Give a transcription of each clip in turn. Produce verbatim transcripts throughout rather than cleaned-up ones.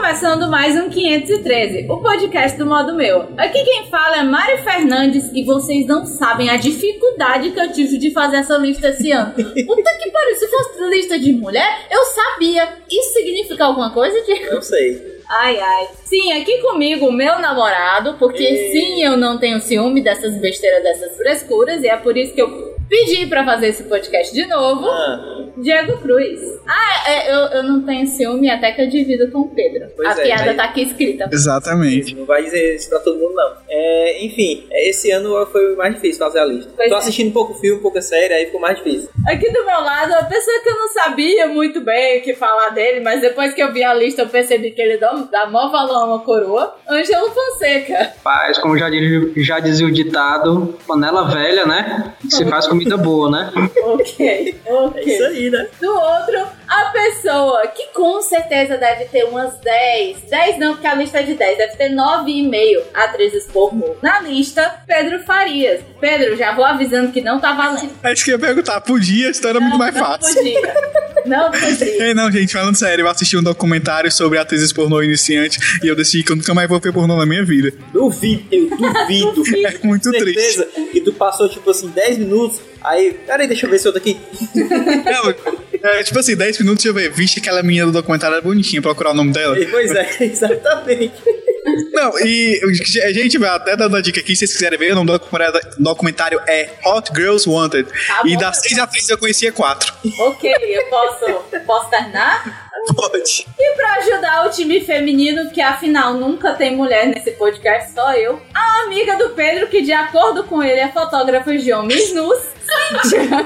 começando mais um quinhentos e treze, o podcast do Modo Meu. Aqui quem fala é Mari Fernandes e vocês não sabem a dificuldade que eu tive de fazer essa lista esse ano. Puta que pariu, se fosse lista de mulher, eu sabia. Isso significa alguma coisa, Diego? Não sei. Ai, ai. Sim, aqui comigo o meu namorado, porque e... sim, eu não tenho ciúme dessas besteiras, dessas frescuras, e é por isso que eu pedi pra fazer esse podcast de novo. Ah. Diego Cruz. Ah, é, eu, eu não tenho ciúme até que eu divido com o Pedro. Pois a é, piada mas... tá aqui escrita. Exatamente. Não vai dizer isso pra todo mundo, não. É, enfim, esse ano foi o mais difícil fazer a lista. Pois Tô é. assistindo um pouco filme, um pouco série, aí ficou mais difícil. Aqui do meu lado, a pessoa que eu não sabia muito bem o que falar dele, mas depois que eu vi a lista eu percebi que ele dá, dá mó valor a uma coroa. Ângelo Fonseca. Paz, como já, já dizia o ditado, panela velha, né? Se faz comida boa, né? Ok, ok. É isso aí, né? Do outro, a pessoa que com certeza deve ter umas dez, dez não, porque a lista é de dez, deve ter nove e meio atrizes pornô na lista, Pedro Farias. Pedro, já vou avisando que não tá valendo. Acho que ia perguntar, podia, a história é muito mais não fácil. Podia. Não podia. Ei, não, gente, falando sério, eu assisti um documentário sobre atrizes pornô iniciantes e eu decidi que eu nunca mais vou ver pornô na minha vida. Duvido, eu duvido. É muito certeza triste. E tu passou, tipo assim, dez minutos, aí, peraí, deixa eu ver esse outro aqui. Não, é, tipo assim, dez minutos, deixa eu ver, vixe, aquela menina do documentário era bonitinha, procurar o nome dela. Pois é, exatamente. Não, e a gente vai até dando a dica aqui, se vocês quiserem ver, o nome do documentário é Hot Girls Wanted. Tá e bom, das seis atrizes eu conhecia quatro. Ok, eu posso, posso terminar? Pode. E pra ajudar o time feminino, que afinal nunca tem mulher nesse podcast, só eu, a amiga do Pedro, que de acordo com ele é fotógrafa de homens nus, Cíntia.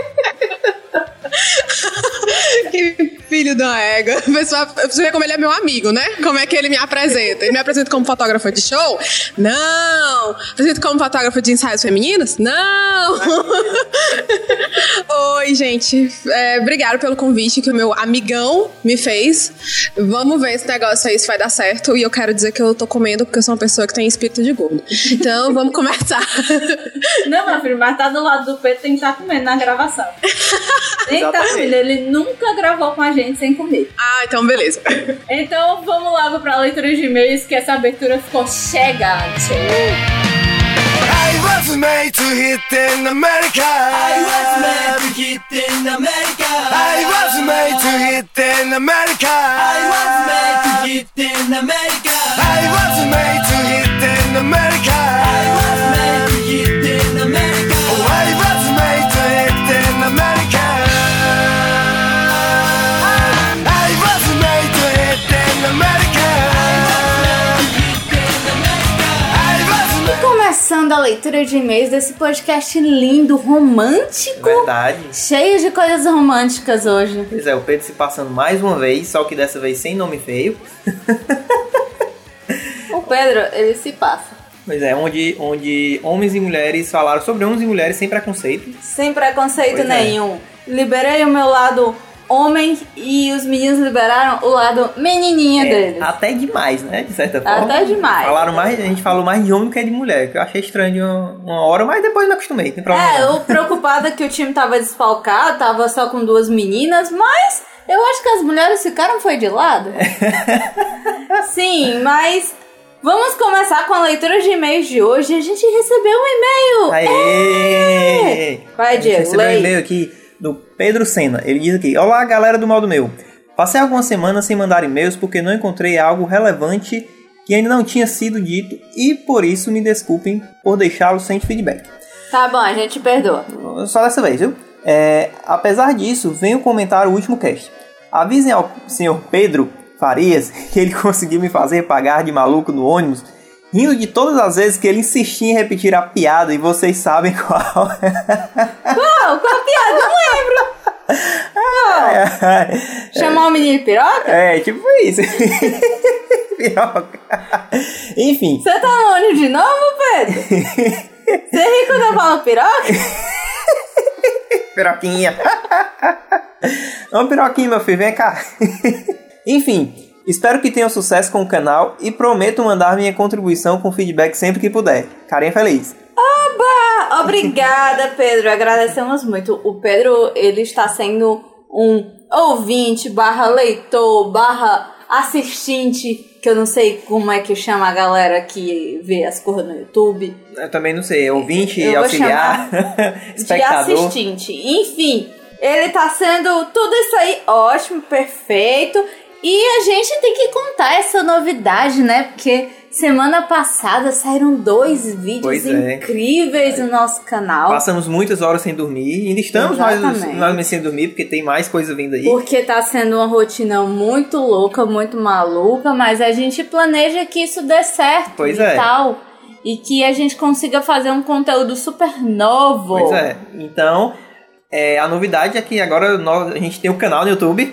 Que filho da égua. Você vê como ele é meu amigo, né? Como é que ele me apresenta? Ele me apresenta como fotógrafa de show? Não! Apresenta como fotógrafa de ensaios femininos? Não! Oi, gente. É, obrigado pelo convite que o meu amigão me fez. Vamos ver esse negócio aí se vai dar certo. E eu quero dizer que eu tô comendo porque eu sou uma pessoa que tem espírito de gordo. Então, vamos começar. Não, meu filho, mas tá do lado do Pedro, tem que estar comendo na gravação. Nem tá comendo, ele nunca gravou com a gente sem comer. Ah, então beleza. Então vamos logo pra leitura de e-mails, que essa abertura ficou chegante. I was made to hit in America. I was made to hit in America. I was made to hit in America. I was made to hit in America. I was made to hit in America. I was made to hit in America. Oh, I was made to hit in America. I was made to hit in America. E começando a leitura de e-mails desse podcast lindo, romântico. Verdade. Cheio de coisas românticas hoje. Pois é, o Pedro se passando mais uma vez, só que dessa vez sem nome feio. O Pedro, ele se passa. Pois é, onde, onde homens e mulheres falaram sobre homens e mulheres sem preconceito. Sem preconceito pois nenhum. É. Liberei o meu lado homem e os meninos liberaram o lado menininha é, deles. Até demais, né? De certa forma. Até demais. Falaram mais, a gente falou mais de homem do que de mulher, que eu achei estranho uma, uma hora, mas depois me acostumei. Tem problema. É, eu preocupada que o time tava desfalcado, tava só com duas meninas, mas eu acho que as mulheres ficaram foi de lado. Sim, mas vamos começar com a leitura de e-mails de hoje. A gente recebeu um e-mail. Aê! É. Vai, Diego, recebeu um e-mail aqui do Pedro Sena. Ele diz aqui: olá, galera do Modo Meu. Passei algumas semanas sem mandar e-mails porque não encontrei algo relevante que ainda não tinha sido dito e por isso me desculpem por deixá-lo sem feedback. Tá bom, a gente perdoa. Só dessa vez, viu? É, apesar disso, venho comentar o último cast. Avisem ao senhor Pedro Farias que ele conseguiu me fazer pagar de maluco no ônibus, rindo de todas as vezes que ele insistia em repetir a piada e vocês sabem qual. Qual? Qual a piada? Não lembro. Oh. Chamou o menino de piroca? É, tipo isso. Piroca. Enfim. Você tá no ônibus de novo, Pedro? Você ri quando eu falo piroca? Piroquinha. Não, piroquinha, meu filho, vem cá. Enfim, espero que tenham sucesso com o canal e prometo mandar minha contribuição com feedback sempre que puder. Carinha feliz. Oba! Obrigada, Pedro. Agradecemos muito. O Pedro, ele está sendo um ouvinte, barra leitor, barra assistente, que eu não sei como é que chama a galera que vê as coisas no YouTube. Eu também não sei, ouvinte, Eu vou auxiliar, de espectador. assistente. Enfim, ele tá sendo tudo isso aí ótimo, perfeito. E a gente tem que contar essa novidade, né? Porque semana passada saíram dois vídeos Pois é. incríveis no nosso canal. Passamos muitas horas sem dormir, ainda estamos nós, Exatamente. nós sem dormir, porque tem mais coisa vindo aí. Porque tá sendo uma rotina muito louca, muito maluca, mas a gente planeja que isso dê certo Pois e é. tal. E que a gente consiga fazer um conteúdo super novo. Pois é, então, é, a novidade é que agora nós, a gente tem um canal no YouTube.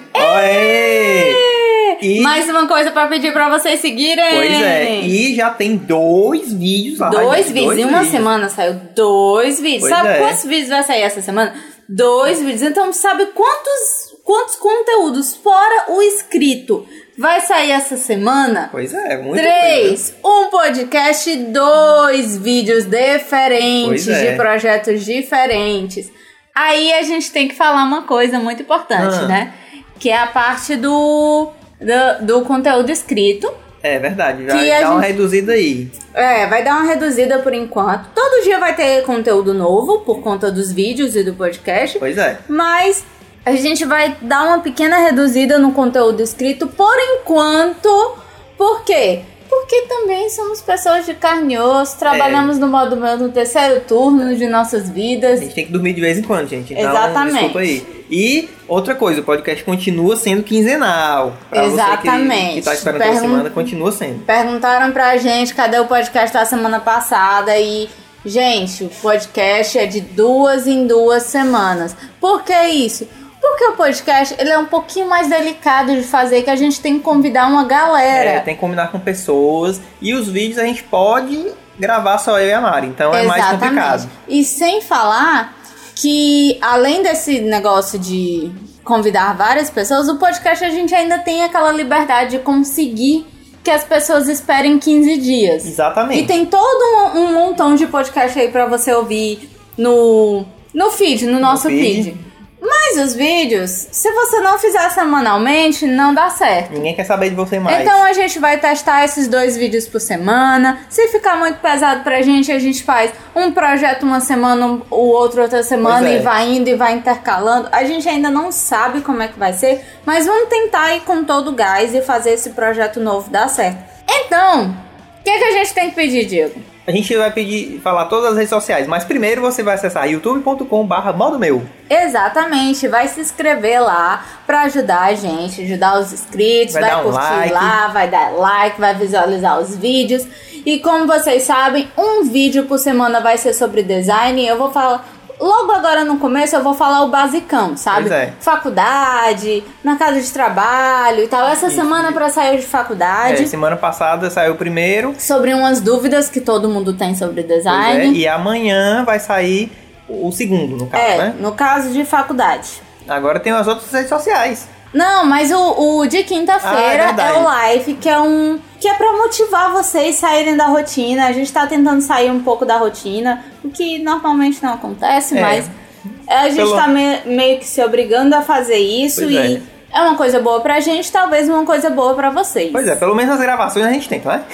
Oi! E, Mais uma coisa pra pedir pra vocês seguirem. pois é, e já tem dois vídeos lá. Dois gente, vídeos. dois Em uma vídeos. semana saiu dois vídeos. Pois Sabe é. quantos vídeos vai sair essa semana? Dois vídeos. Então, sabe quantos, quantos conteúdos fora o escrito vai sair essa semana? Pois é, muito Três, um podcast, dois vídeos diferentes, Pois é. de projetos diferentes. Aí a gente tem que falar uma coisa muito importante, Ah. né? Que é a parte do, do, do conteúdo escrito. É verdade, vai Que dar a uma gente- reduzida aí. É, vai dar uma reduzida por enquanto. Todo dia vai ter conteúdo novo por conta dos vídeos e do podcast. Pois é. Mas a gente vai dar uma pequena reduzida no conteúdo escrito por enquanto. Por quê? Porque também somos pessoas de carne e osso, trabalhamos no modo meu no terceiro turno de nossas A vidas. gente tem que dormir de vez em quando, gente. Então, Exatamente. desculpa aí. E outra coisa, o podcast continua sendo quinzenal. Pra Exatamente. você que, que tá esperando toda Pergun- semana, continua sendo. Perguntaram pra gente cadê o podcast da semana passada e, gente, o podcast é de duas em duas semanas. Por que isso? Porque o podcast ele é um pouquinho mais delicado de fazer, que a gente tem que convidar uma galera. É, tem que combinar com pessoas. E os vídeos a gente pode gravar só eu e a Mari. Então é mais complicado. E sem falar que, além desse negócio de convidar várias pessoas, o podcast a gente ainda tem aquela liberdade de conseguir que as pessoas esperem quinze dias. Exatamente. E tem todo um, um montão de podcast aí pra você ouvir no, no feed, no nosso feed. feed. Mas os vídeos, se você não fizer semanalmente, não dá certo. Ninguém quer saber de você mais. Então a gente vai testar esses dois vídeos por semana. Se ficar muito pesado pra gente, a gente faz um projeto uma semana, o outro outra semana, Pois é. e vai indo e vai intercalando. A gente ainda não sabe como é que vai ser, mas vamos tentar ir com todo o gás e fazer esse projeto novo dar certo. Então, o que, que a gente tem que pedir, Diego? A gente vai pedir, falar todas as redes sociais, mas primeiro você vai acessar youtube ponto com barra modo meu. Exatamente, vai se inscrever lá pra ajudar a gente, ajudar os inscritos, Vai vai, dar um curtir like. lá, vai dar like, vai visualizar os vídeos. E como vocês sabem, um vídeo por semana vai ser sobre design. Eu vou falar, logo agora no começo eu vou falar o basicão, sabe? Pois é. Faculdade, mercado de trabalho e tal. Essa Isso, semana isso. pra sair de faculdade, É, semana passada saiu o primeiro. sobre umas dúvidas que todo mundo tem sobre Pois é, design. e amanhã vai sair o segundo, no caso, É, né? no caso de faculdade. Agora tem as outras redes sociais. Não, mas o, o de Ah, é quinta-feira verdade. é o live, que é um que é pra motivar vocês saírem da rotina. A gente tá tentando sair um pouco da rotina, o que normalmente não acontece, É. mas a gente Pelo- tá me- meio que se obrigando a fazer isso Pois e é. uma coisa boa pra gente, talvez uma coisa boa pra vocês. Pois é, pelo menos nas gravações a gente tem, tá?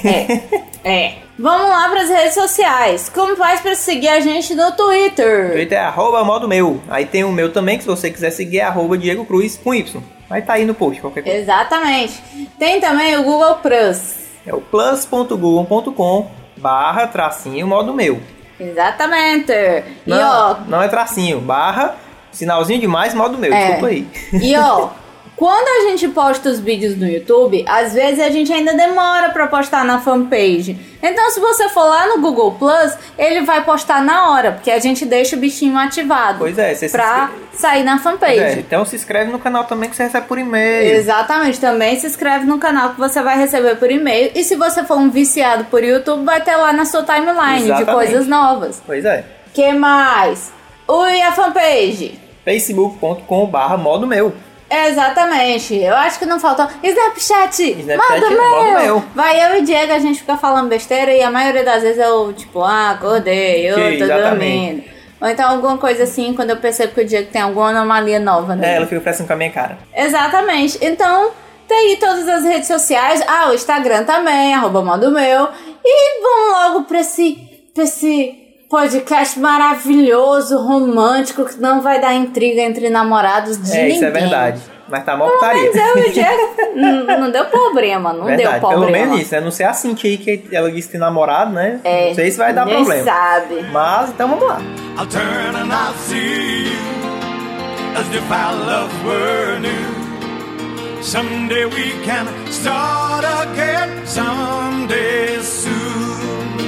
É. É. Vamos lá pras redes sociais. Como faz pra seguir a gente no Twitter? Twitter é arroba modo meu. Aí tem o meu também, que se você quiser seguir é arroba Diego Cruz com Y. Vai tá aí no post, qualquer coisa. Exatamente. Tem também o Google Plus. É o plus ponto google ponto com barra tracinho modo meu. Exatamente. E Não, ó, não é tracinho, barra sinalzinho de mais modo meu, É. desculpa aí. E ó, quando a gente posta os vídeos no YouTube, às vezes a gente ainda demora pra postar na fanpage. Então, se você for lá no Google Plus, ele vai postar na hora, porque a gente deixa o bichinho ativado. Pois é, você se pra inscreve. sair na fanpage. É, então se inscreve no canal também que você recebe por e-mail. Exatamente, também se inscreve no canal que você vai receber por e-mail. E se você for um viciado por YouTube, vai ter lá na sua timeline de Exatamente. coisas novas. Pois é. Que mais? Ui, a fanpage. facebook ponto com barra modo meu. Exatamente, eu acho que não faltou. Snapchat, Snapchat, manda modo meu. meu. Vai eu e Diego, a gente fica falando besteira e a maioria das vezes eu, tipo, ah, acordei, eu Sim, tô exatamente. dormindo. Ou então alguma coisa assim, quando eu percebo que o Diego tem alguma anomalia nova, né? É, ela fica parecendo com a minha cara. Exatamente, então tem aí todas as redes sociais. Ah, o Instagram também, arroba Manda o Meu. E vamos logo pra esse, pra esse podcast maravilhoso, romântico, que não vai dar intriga entre namorados de é, ninguém. Isso é verdade. Mas tá mó Não, putaria. mas eu e o Diego não, não deu problema, não Verdade, deu problema. pelo menos isso, né? Não sei a Cintia aí que ela disse que tem namorado, né? É, não sei se vai dar ninguém problema. sabe. Mas, então vamos lá. I'll turn and I'll see you as if our love were new. Someday we can start again, someday soon.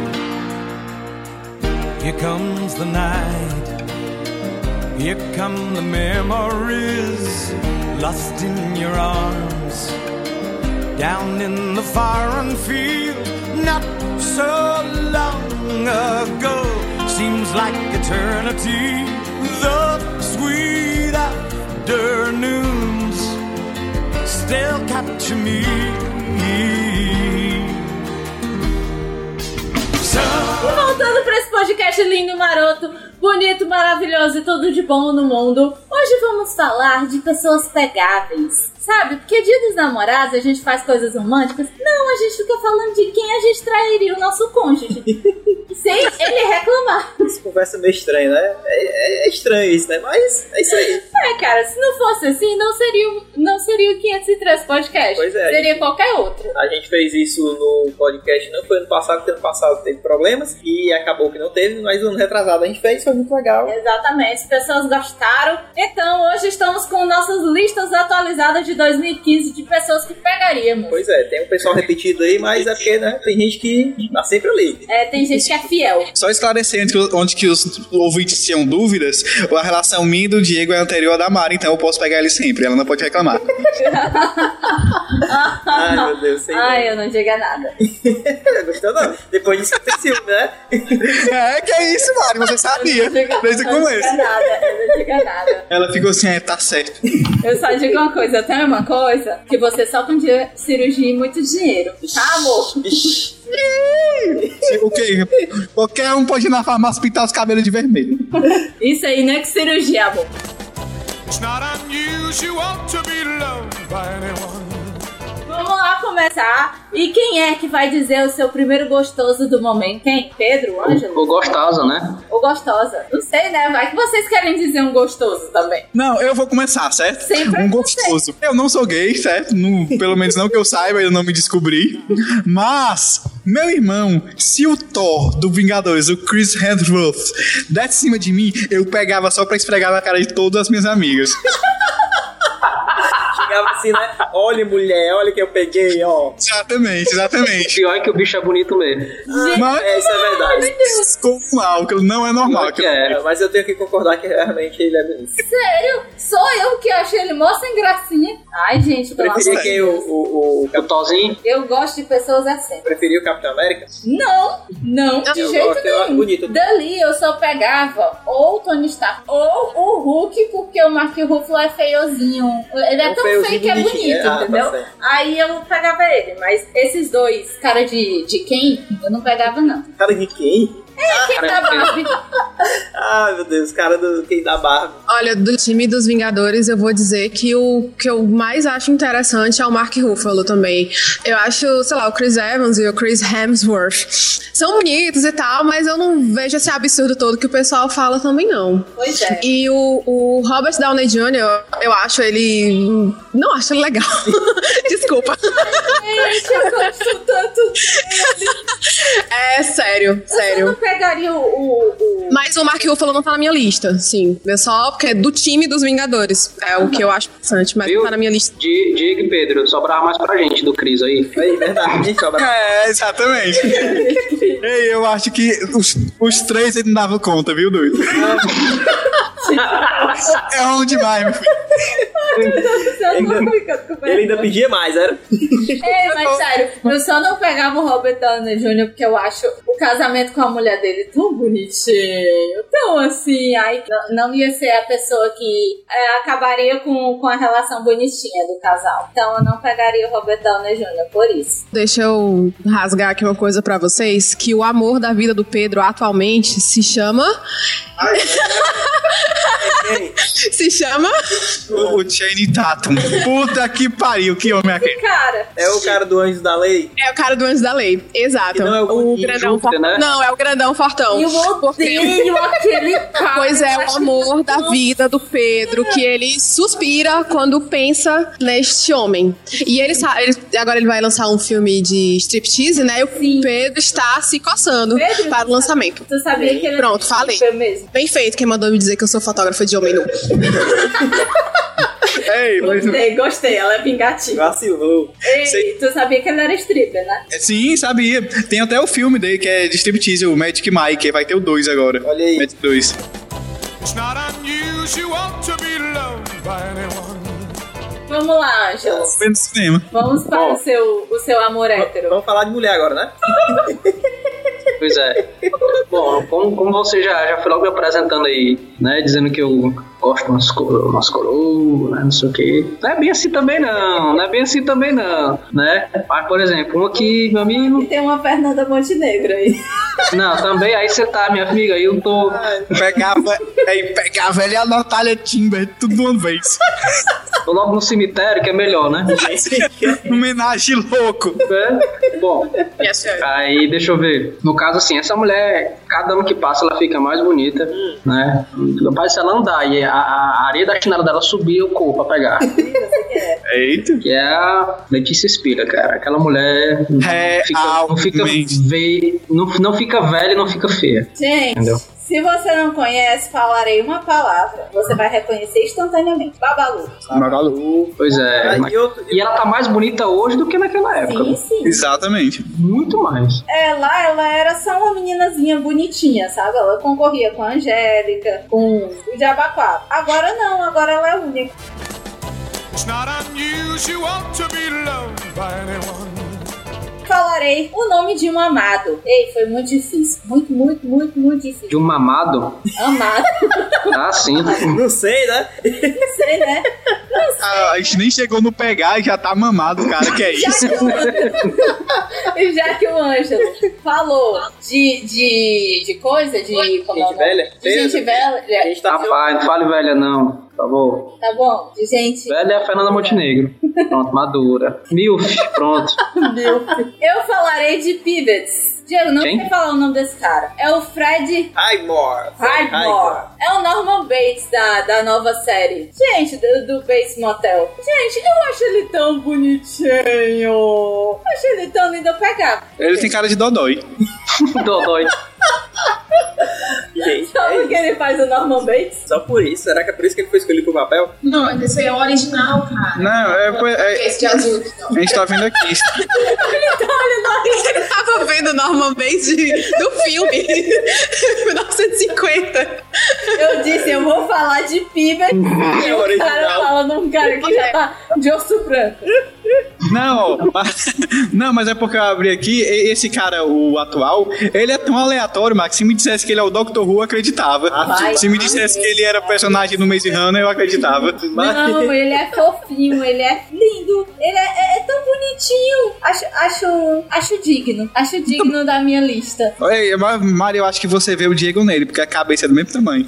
Here comes the night, here come the memories, lost in your arms, down in the foreign field, not so long ago. Seems like eternity, the sweet afternoons still capture me. So E voltando pra esse podcast lindo, maroto, bonito, maravilhoso e tudo de bom no mundo, hoje vamos falar de pessoas pegáveis. Sabe? Porque dia dos namorados a gente faz coisas românticas. Não, a gente fica falando de quem a gente trairia o nosso cônjuge. Sem ele reclamar. Essa conversa é meio estranha, né? É, é estranho isso, né? Mas é isso aí. É, cara, se não fosse assim, não seria, o- não seria o quinhentos e três podcast. Pois é, Seria gente. qualquer outro. A gente fez isso no podcast, não foi ano passado, porque ano passado teve problemas e acabou que não teve, mas no ano retrasado a gente fez, foi muito legal. Exatamente, as pessoas gostaram. Então, hoje estamos com nossas listas atualizadas de dois mil e quinze de pessoas que pegaríamos. Pois é, tem um pessoal repetido aí, mas é porque, né, tem gente que tá sempre ali. É, tem gente que é fiel. Só esclarecer onde, que- onde que os ouvintes tinham dúvidas, a relação minha e do Diego é anterior à da Mari, então eu posso pegar ele sempre, ela não pode reclamar. Ai, meu Deus, sei Ai, eu não diga nada. não. Gostou não? Depois disso tem ciúme, né? É, que é isso, Mari, você sabia, desde o Eu não diga começo. nada, eu não diga nada. Ela ficou assim, é, tá certo. Eu só digo uma coisa, eu tenho uma coisa, que você só com dia- cirurgia e muito dinheiro. Tá, amor? Ixi, O quê? Qualquer um pode ir na farmácia pintar os cabelos de vermelho. Isso aí não é que cirurgia, amor. it's not unusual to be loved by anyone. Vamos lá começar. E quem é que vai dizer o seu primeiro gostoso do momento? Quem? Pedro? Ângelo? Ou gostosa, né? Ou gostosa? Não sei, né? Vai que vocês querem dizer um gostoso também. Não, eu vou começar, certo? Sempre Um é gostoso. Eu não sou gay, certo? Não, pelo menos não que eu saiba, eu não me descobri. Mas, meu irmão, se o Thor do Vingadores, o Chris Hemsworth, desse cima de mim, eu pegava só pra esfregar na cara de todas as minhas amigas. chegava assim, né? Olha, mulher, olha que eu peguei, ó. Exatamente, exatamente. Pior é que o bicho é bonito mesmo. Mas É, isso é verdade. ficou mal, que não é normal. Que é. Mas eu tenho que concordar que realmente ele é bonito. Sério? Sou eu que achei ele mó sem gracinha. Ai, gente, pelo amor de Preferia que o, Deus. o, o, O Tozinho. Eu gosto de pessoas assim. Preferia o Capitão América? Não, não, de Eu jeito gosto, eu acho nenhum. bonito. Dali eu só pegava ou o Tony Stark ou o Hulk, porque o Mark Ruffalo é feiozinho. Ele é É um tão feio feiozinho que é bonitinho, bonito, é, ah, tá entendeu? certo. Aí eu pegava ele, mas esses dois, cara de, de quem? Eu não pegava, não. Cara de quem? Quem cara, da Barbie? Ah, meu Deus, cara do quem da Barbie. Olha, do time dos Vingadores, eu vou dizer que o que eu mais acho interessante é o Mark Ruffalo também. Eu acho, sei lá, o Chris Evans e o Chris Hemsworth são bonitos e tal, mas eu não vejo esse absurdo todo que o pessoal fala também, não. Pois é. E o, o Robert Downey Júnior, eu acho ele... Não acho ele legal. Desculpa. Gente, eu gosto tanto dele. É sério, Você não sério. pegaria o... o, o... Mas o Mark Ruffalo não tá na minha lista, sim. É só porque é do time dos Vingadores. É o que eu acho interessante, mas Viu? não tá na minha lista. Di- Diego e Pedro, sobrava mais pra gente do Cris aí. Aí, verdade, nem sobra. É, exatamente. Ei, eu acho que os, os três ele não davam conta, viu, doido? É ruim demais, meu filho. Eu não fico com Ele ainda pedia mais, era? Ei, mas sério, eu só não pegava o Robert Downey Júnior porque eu acho o casamento com a mulher dele tão bonitinho, tão assim, aí não- não ia ser a pessoa que é, acabaria com, com a relação bonitinha do casal. Então eu não pegaria o Robert Downey Júnior por isso. Deixa eu rasgar aqui uma coisa pra vocês, que o amor da vida do Pedro atualmente se chama... Se chama... O, o Channing Tatum. Puta que pariu, que homem é aquele? Cara, É o cara do Anjos da Lei? É o cara do Anjos da Lei. Exato. Que não é o o gordinho grandão Júpiter, fortão. né? Não, é o grandão fortão. eu odeio aquele cara. Pois é, o amor da vida do Pedro, que ele suspira quando pensa neste homem. E ele, sa- ele agora ele vai lançar um filme de striptease, né? E o Sim. Pedro está se coçando Pedro? para o lançamento. Tu sabia que ele Pronto, falei. Foi mesmo. Bem feito, quem mandou me dizer que eu sou fotógrafa de homem nu. Ei, mas... Gostei, gostei. Ela é vingativa. Vacilou. Ei, Sei. tu sabia que ele era stripper, né? Sim, sabia. Tem até o filme dele que é de striptease, o Magic Mike. Vai ter o dois agora. Olha aí. Magic dois. It's not unusual to be loved by anyone. Vamos lá, Ângela. Foi no cinema. Vamos para o seu, o seu amor hétero. Vamos falar de mulher agora, né? Pois é. Bom, como, como você já, já foi logo me apresentando aí, né? Dizendo que eu gosto de umas, coro- umas coroas, né? Não sei o quê. Não é bem assim também não. Não é bem assim também não, né? Mas, por exemplo, um aqui, meu amigo... E tem uma Fernanda Montenegro aí. Não, também aí você tá, minha amiga, aí eu tô... Pegava, aí pegava ele e a Natália Timber, tudo de uma vez. Tô logo no cemitério, que é melhor, né? Homenagem louco. É? Bom, aí deixa eu ver. No caso, assim, essa mulher, cada ano que passa, ela fica mais bonita, né? Rapaz, se ela andar e a, a areia da chinela dela subir, eu corro pra pegar. Eita. Que é a Letícia Spira, cara. Aquela mulher É, fica, não fica realmente. ve, não, não fica velha e não fica feia. Gente, Entendeu? se você não conhece, falarei uma palavra. Você vai reconhecer instantaneamente. Babalu. Magalu. Pois é. Aí mas- outro- E ela tá mais bonita hoje do que naquela época. Sim, sim. Exatamente. Muito mais. Ela, ela era só uma meninazinha bonitinha, sabe? Ela concorria com a Angélica, com o Jabaquara. Agora não, agora ela é única. It's not unusual to be loved by anyone. Falarei o nome de um amado. Ei, foi muito difícil. Muito, muito, muito, muito De difícil. um mamado? Amado. Ah, sim. Não sei, né? Não sei, né? Ah, a gente nem chegou no pegar e já tá mamado, cara. Que é isso? Já que o, e já que o Ângelo falou de, de, de coisa, de... Como é o Gente nome? velha? De gente velha. A gente tá Rapaz, não fale velha não, por favor. Tá bom? De gente... Velha é a Fernanda Montenegro. Pronto, madura. Milf, pronto. Eu falarei de Pivots. Diego, não Quem? quer falar o nome desse cara. É o Fred Highmore. Highmore. É o Norman Bates da, da nova série. Gente, do, do Bates Motel. Gente, eu acho ele tão bonitinho. Eu acho ele tão lindo eu pegar. Ele tem cara de dodói. Dodói. Gente, Só é porque ele faz o Norman Bates? só por isso. Será que é por isso que ele foi escolhido pro papel? Não, mas esse aí é o original, cara. Não, é, foi- é- Esse de azul. a gente tá vendo aqui. Ele tava vendo o Norman Bates de- do filme. mil novecentos e cinquenta. Eu disse, eu vou falar de Pivots. E o original. cara fala num cara que já tá de osso branco. Não, mas, não, mas é porque eu abri aqui, e- esse cara, o atual, ele é tão aleatório, Max. Se me dissesse que ele é o Doctor Who, eu acreditava. Vai. Se me dissesse que ele era personagem do Maze Runner, eu acreditava. Não, ele é fofinho, ele é lindo, ele é, é- é tão bonitinho. Acho, acho, acho digno, acho digno da minha lista. Ei, mas, Mari, eu acho que você vê o Diego nele, porque a cabeça é do mesmo tamanho.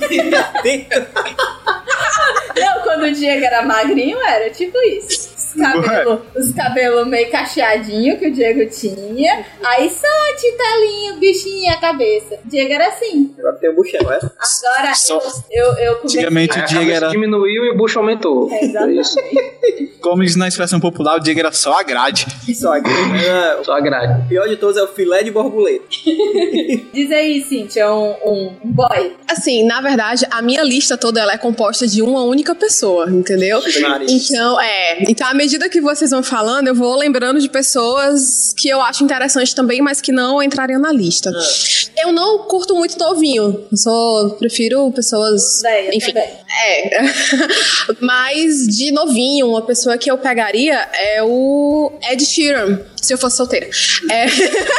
Não, quando o Diego era magrinho, era tipo isso. Os cabelos os cabelo meio cacheadinho que o Diego tinha. Aí só titelinho, bichinho a cabeça. O Diego era assim. Agora tem o buchão, é? Agora Só- eu, eu, eu comecei... Antigamente Aí o a Diego cabeça era, diminuiu e o bucho aumentou. É, exatamente. como diz na expressão popular, o Diego era só a grade. Só aqui. É, Só a grade. o pior de todos é o filé de borboleta. Diz aí, Cíntia, um, um, um boy. Assim, na verdade, a minha lista toda ela é composta de uma única pessoa, entendeu? Nariz. Então, é. Então, à medida que vocês vão falando, eu vou lembrando de pessoas que eu acho interessantes também, mas que não entrariam na lista. Eu não curto muito novinho. Eu só prefiro pessoas. Véia, enfim. também. É. Mas de novinho, uma pessoa que eu pegaria é o Ed Sheeran, se eu fosse solteira. É.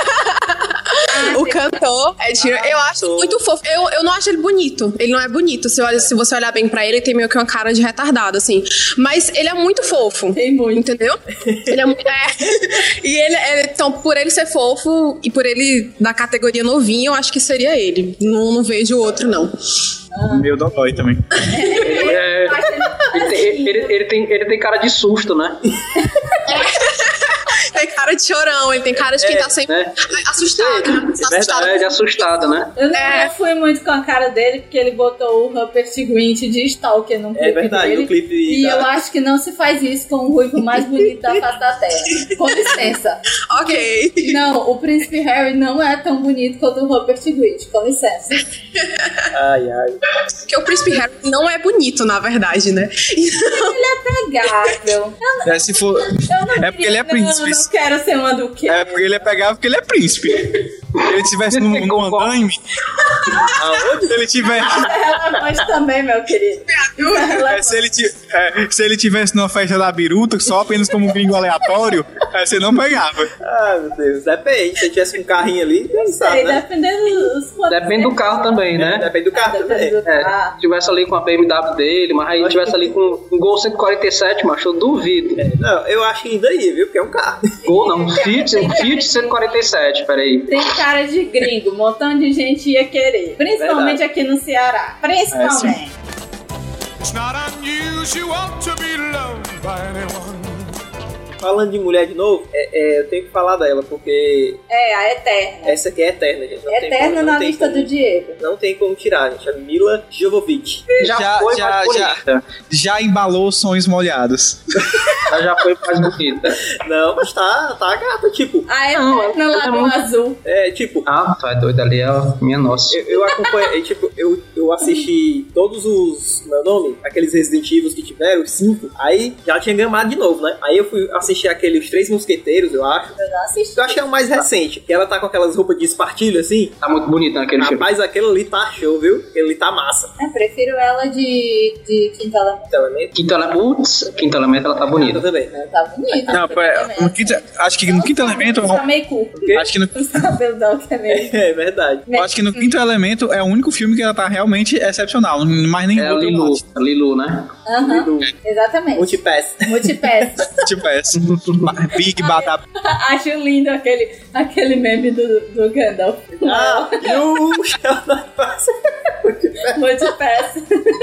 O cantor Ed Sheeran, eu acho muito fofo. Eu, eu não acho ele bonito. Ele não é bonito. Se, olha, se você olhar bem pra ele, ele tem meio que uma cara de retardado, assim. Mas ele é muito fofo. Tem muito. Entendeu? Ele é muito. É. E ele, ele- então, por ele ser fofo e por ele da categoria novinho, eu acho que seria ele. Não, não vejo outro, não. Meu dodói também. Ele, é, ele, tem, ele, ele, tem, ele tem cara de susto, né? Tem cara de chorão, ele tem cara de quem É, tá sempre né? assustado. né? assustado. É, de assustado, né? Eu não É. fui muito com a cara dele, porque ele botou o Rupert Grint de Stalker num clipe É verdade, dele. no clipe E da- eu acho que não se faz isso com o ruivo mais bonito da face da Terra. Com licença. Ok. Não, o Príncipe Harry não é tão bonito quanto o Rupert Grint. Com licença. Ai, ai. Porque o Príncipe Harry não é bonito, na verdade, né? Pegável. É, se for... Eu não É porque ele é queria- não, príncipe. Eu não quero ser uma duquesa. É porque ele é pegável, porque ele é príncipe. Se ele tivesse num, num andaime... Aonde? Se ele tivesse... É relevante também, meu querido. Isso é É, relevante. se, ele ti- é, se ele tivesse numa festa da biruta, só apenas como um gringo aleatório, aí você não pegava. Ai, meu Deus. Depende. Se ele tivesse um carrinho ali, não Sei, sabe, né? dependendo dos quantos- Depende do carro também, né? Depende do carro também. Depende do É, carro. se tivesse ali com a B M W dele, mas aí tivesse ali com um Gol cento e quarenta e sete, macho, eu duvido. Não, eu acho que ainda ia, viu? Porque é um carro. Gol não, Fiat, Fiat cento e quarenta e sete, peraí. Tem cara de gringo, um montão de gente ia querer. Principalmente Verdade. aqui no Ceará. Principalmente. It's not unusual to be loved by anyone. Falando de mulher de novo, é, é, eu tenho que falar dela, porque É, a Eterna. essa aqui é eterna, gente. Não tem Eterna como- não na tem lista como- do Diego. Não tem como tirar, gente. A Mila Jovovich. Já, Já- foi já- mais já. bonita. Já embalou sonhos molhados. Ela já foi mais bonita. Não, mas tá, tá gata, tipo. A Não, Eterna ela lá é do muito- azul. É, tipo, Ah, tu é doido ali, é minha nossa. eu, eu acompanhei, tipo, eu, eu assisti todos os, como é o nome? Aqueles Resident Evil que tiveram, os cinco. Aí já tinha gamado de novo, né? Aí eu fui assistir aquele Os Três Mosqueteiros, eu acho. Eu não assisti. Eu acho que é o mais recente, que ela tá com aquelas roupas de espartilho assim. Tá muito bonita naquele filme. Rapaz, aquele ali tá show, viu? Aquele ali tá massa. Eu prefiro ela de, de Quinta Elemento. Também. Quinto elemento, putz, quinto elemento ela tá bonita. também. Ela tá bonita. Não, pô, é, no quinto, acho que no quinto elemento... Tá meio curto. Acho que no, Os cabelos dela que é meio... É verdade. acho que no quinto elemento é o único filme que ela tá realmente excepcional. Mais nenhum É a outro Lilu, lado. a Lilu, né? Aham, exatamente. Multipass. Multipeça. Tipo essa. Big Badab. Acho lindo aquele, aquele meme do, do Gandalf. Ah, e o Multipeça.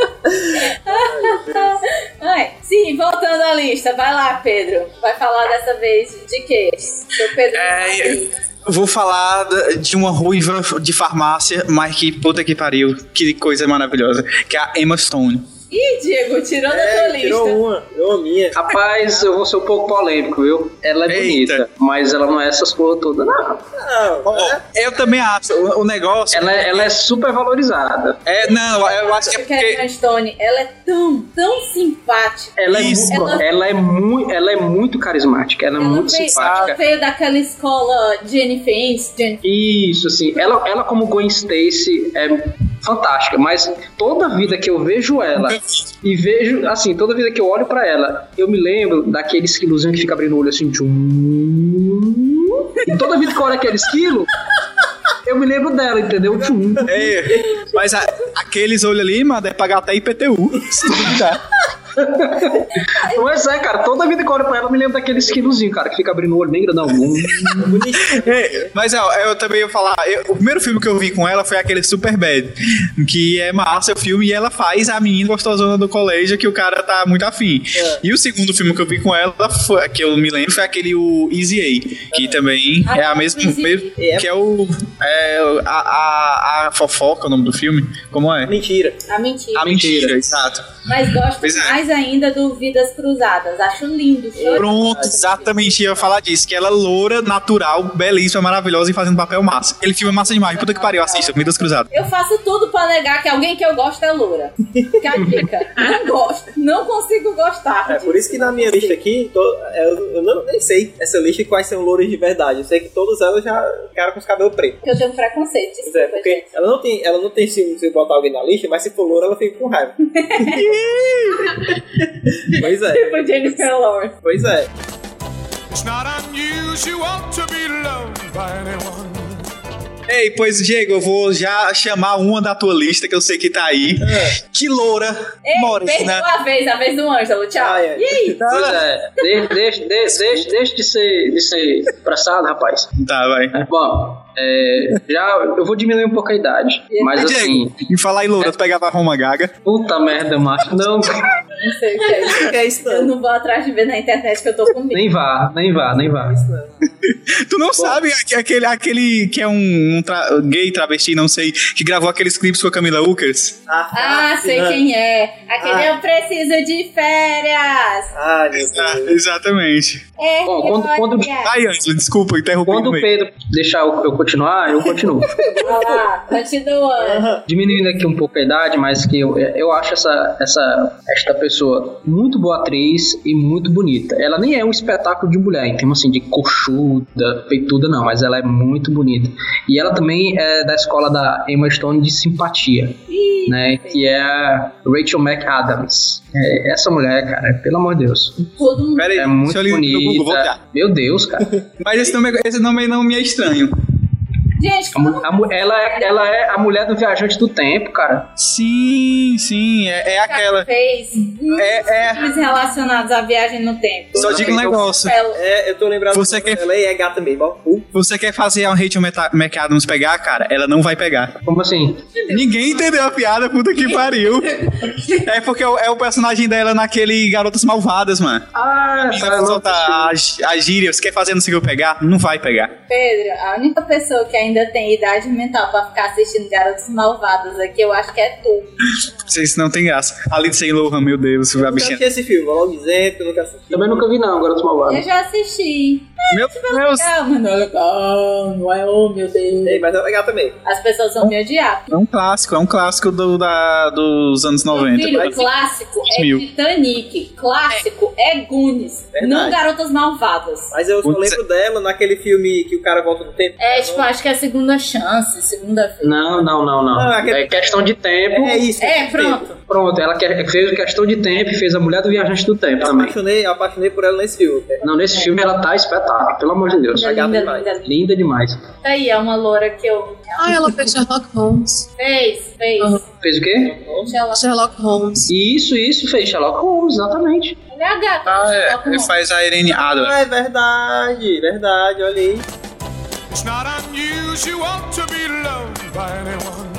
Ai, sim, voltando à lista. Vai lá, Pedro. Vai falar dessa vez de quê? Do Pedro. É, eu vou falar da- de uma ruiva de farmácia, mas que puta que pariu, que coisa maravilhosa, que é a Emma Stone. Ih, Diego, tirou da tua É, lista. tirou uma, tirou a minha. Rapaz, eu vou ser um pouco polêmico, viu? Ela é Eita. bonita, mas ela não é essas coisas todas, não. Não, Ó, eu também acho, o, o negócio... Ela, é- ela é super valorizada. É, não, eu acho que é Porque a Emma porque... Stone, ela é tão, tão simpática. Ela é, Isso. mu- Ela- ela, é muito, ela é muito carismática, ela é Ela muito veio, ela simpática. veio daquela escola Jennifer Aniston. Jennifer Isso, assim, ela, ela como Gwen Stacy é fantástica, mas toda vida que eu vejo ela e vejo, assim, toda vida que eu olho pra ela, eu me lembro daquele esquilozinho que fica abrindo o olho assim, tchum. E toda vida que eu olho aquele esquilo, eu me lembro dela, entendeu? Tchum. É, mas a- aqueles olhos ali, mano, é pagar até I P T U. Se duvidar. Mas é, cara, toda vida que eu olho pra ela, eu me lembro daquele esquilozinho, cara, que fica abrindo o olho bem grandão. É, mas ó, eu também ia falar, eu- o primeiro filme que eu vi com ela foi aquele Superbad, que é massa o filme e ela faz a menina gostosona do colégio que o cara tá muito afim. E o segundo filme que eu vi com ela, foi, que eu me lembro, foi aquele o Easy A, que também Ah, é a o mesma, Easy A. mesmo- que é o é, a, a, a fofoca, o nome do filme, como é? Mentira. A mentira. A mentira, exato. Mas gosto Pois é. mais ainda do Vidas Cruzadas. Acho lindo. Choro. Pronto, exatamente, eu ia falar disso, que ela é loura, natural, belíssima, maravilhosa e fazendo papel massa. Aquele filme é massa demais, puta que pariu, assista, Vidas Cruzadas. Eu faço tudo pra negar que alguém que eu gosto é loura. Fica a dica. Não gosto. Não consigo gostar. É por isso que na minha lista aqui, to- eu, eu não, nem sei essa lista e quais são louras de verdade. Eu sei que todas elas já ficaram com os cabelos pretos. Porque eu tenho preconceito. Pois é, Desculpa, porque gente. ela não tem, ela não tem ciúme se botar alguém na lista, mas se for loura, ela fica com raiva. Pois é, Tipo Jennifer Lawrence. pois é. It's not unusual to be loved by anyone. Ei, pois, Diego, eu vou já chamar uma da tua lista, que eu sei que tá aí. É. Que loura, Ei, morena. Perdeu a vez, a vez do Ângelo, tchau. Ah, é. E aí? Pois é, deixa, deixa, deixa, deixa de ser, de ser apressado, rapaz. Tá, vai. É, bom, é, já eu vou diminuir um pouco a idade, mas Diego, assim... em falar em loura, tu pegava a Roma Gaga. Puta merda, macho. Não... Não sei o que é isso. Que é isso, não? Eu não vou atrás de ver na internet que eu tô comigo. Nem vá, nem vá, nem vá. Tu não Bom. sabe aquele, aquele que é um, um tra- gay travesti, não sei, que gravou aqueles clipes com a Camila Ukers? Ah, ah sei não. quem é. Aquele ah. eu preciso de férias. Ah, meu Exa- Deus. Exatamente. É, Bom, quando, quando... Ai, Ângela, desculpa, interrompi. Quando o Pedro deixar eu, eu continuar, eu continuo. Vai lá, continua. Diminuindo aqui um pouco a idade, mas que eu, eu acho essa, essa, esta pessoa muito boa atriz e muito bonita. Ela nem é um espetáculo de mulher, em termos assim, de coxuda, peituda, não, mas ela é muito bonita. E ela também é da escola da Emma Stone de simpatia, Ih, né? Sim. Que é a Rachel McAdams. É, essa mulher, cara, pelo amor de Deus. Todo mundo. É muito bonita. Google, meu Deus, cara. Mas esse nome, esse nome não me é estranho. Gente, a, a, ela, é, ela é a mulher do Viajante do Tempo, cara. Sim, sim, é, é aquela. Fez é, é... filmes relacionados à viagem no tempo. Só digo um negócio. É, eu tô lembrado. Você quer... Ela é gata mesmo, ó. Uh. Você quer fazer a Rachel McAdams pegar, cara? Ela não vai pegar. Como assim? Ninguém entendeu a piada, puta que pariu. É porque é o, é o personagem dela naquele Garotas Malvadas, mano. Ah, ela não solta a, a gíria. Você quer fazer, não sei o que pegar? Não vai pegar. Pedro, a única pessoa que ainda tem idade mental pra ficar assistindo Garotas Malvadas aqui, eu acho que é tu. Isso não tem graça. A Lindsay Lohan, meu Deus, a bichinha. Eu não esse filme, vou logo dizendo que eu nunca assisti. Também nunca vi não, Garotas Malvadas. Eu já assisti. É, meu tipo, Deus. É legal, mas não é legal, não é, oh meu Deus. Ei, mas é legal também. As pessoas vão me odiar. É um clássico, é um clássico do, da, dos anos noventa. Filho, mas... clássico é mil. Titanic, clássico é, é Goonies, verdade. Não Garotas Malvadas. Mas eu só lembro dela naquele filme que o cara volta no tempo. É, tipo, acho que é a segunda chance, segunda vez. Não, não, não, não. não aquele... É questão de tempo. É isso. É, pronto. Tempo. Pronto, ela fez questão de tempo e fez a Mulher do Viajante do Tempo eu também. Apaixonei, eu apaixonei por ela nesse filme. Não, nesse é. filme ela tá espetáculo, pelo amor de Deus. Linda, linda, linda, linda. linda demais. Aí, é uma loura que eu... Ah, ela fez Sherlock Holmes. Fez, fez. Uhum. Fez o quê? Sherlock, Sherlock Holmes. Isso, isso, fez Sherlock Holmes, exatamente. Ele é a gata. Ah, é, ele faz a Irene Adler. Ah, é verdade, verdade, olha aí. It's not unusual to be loved by anyone.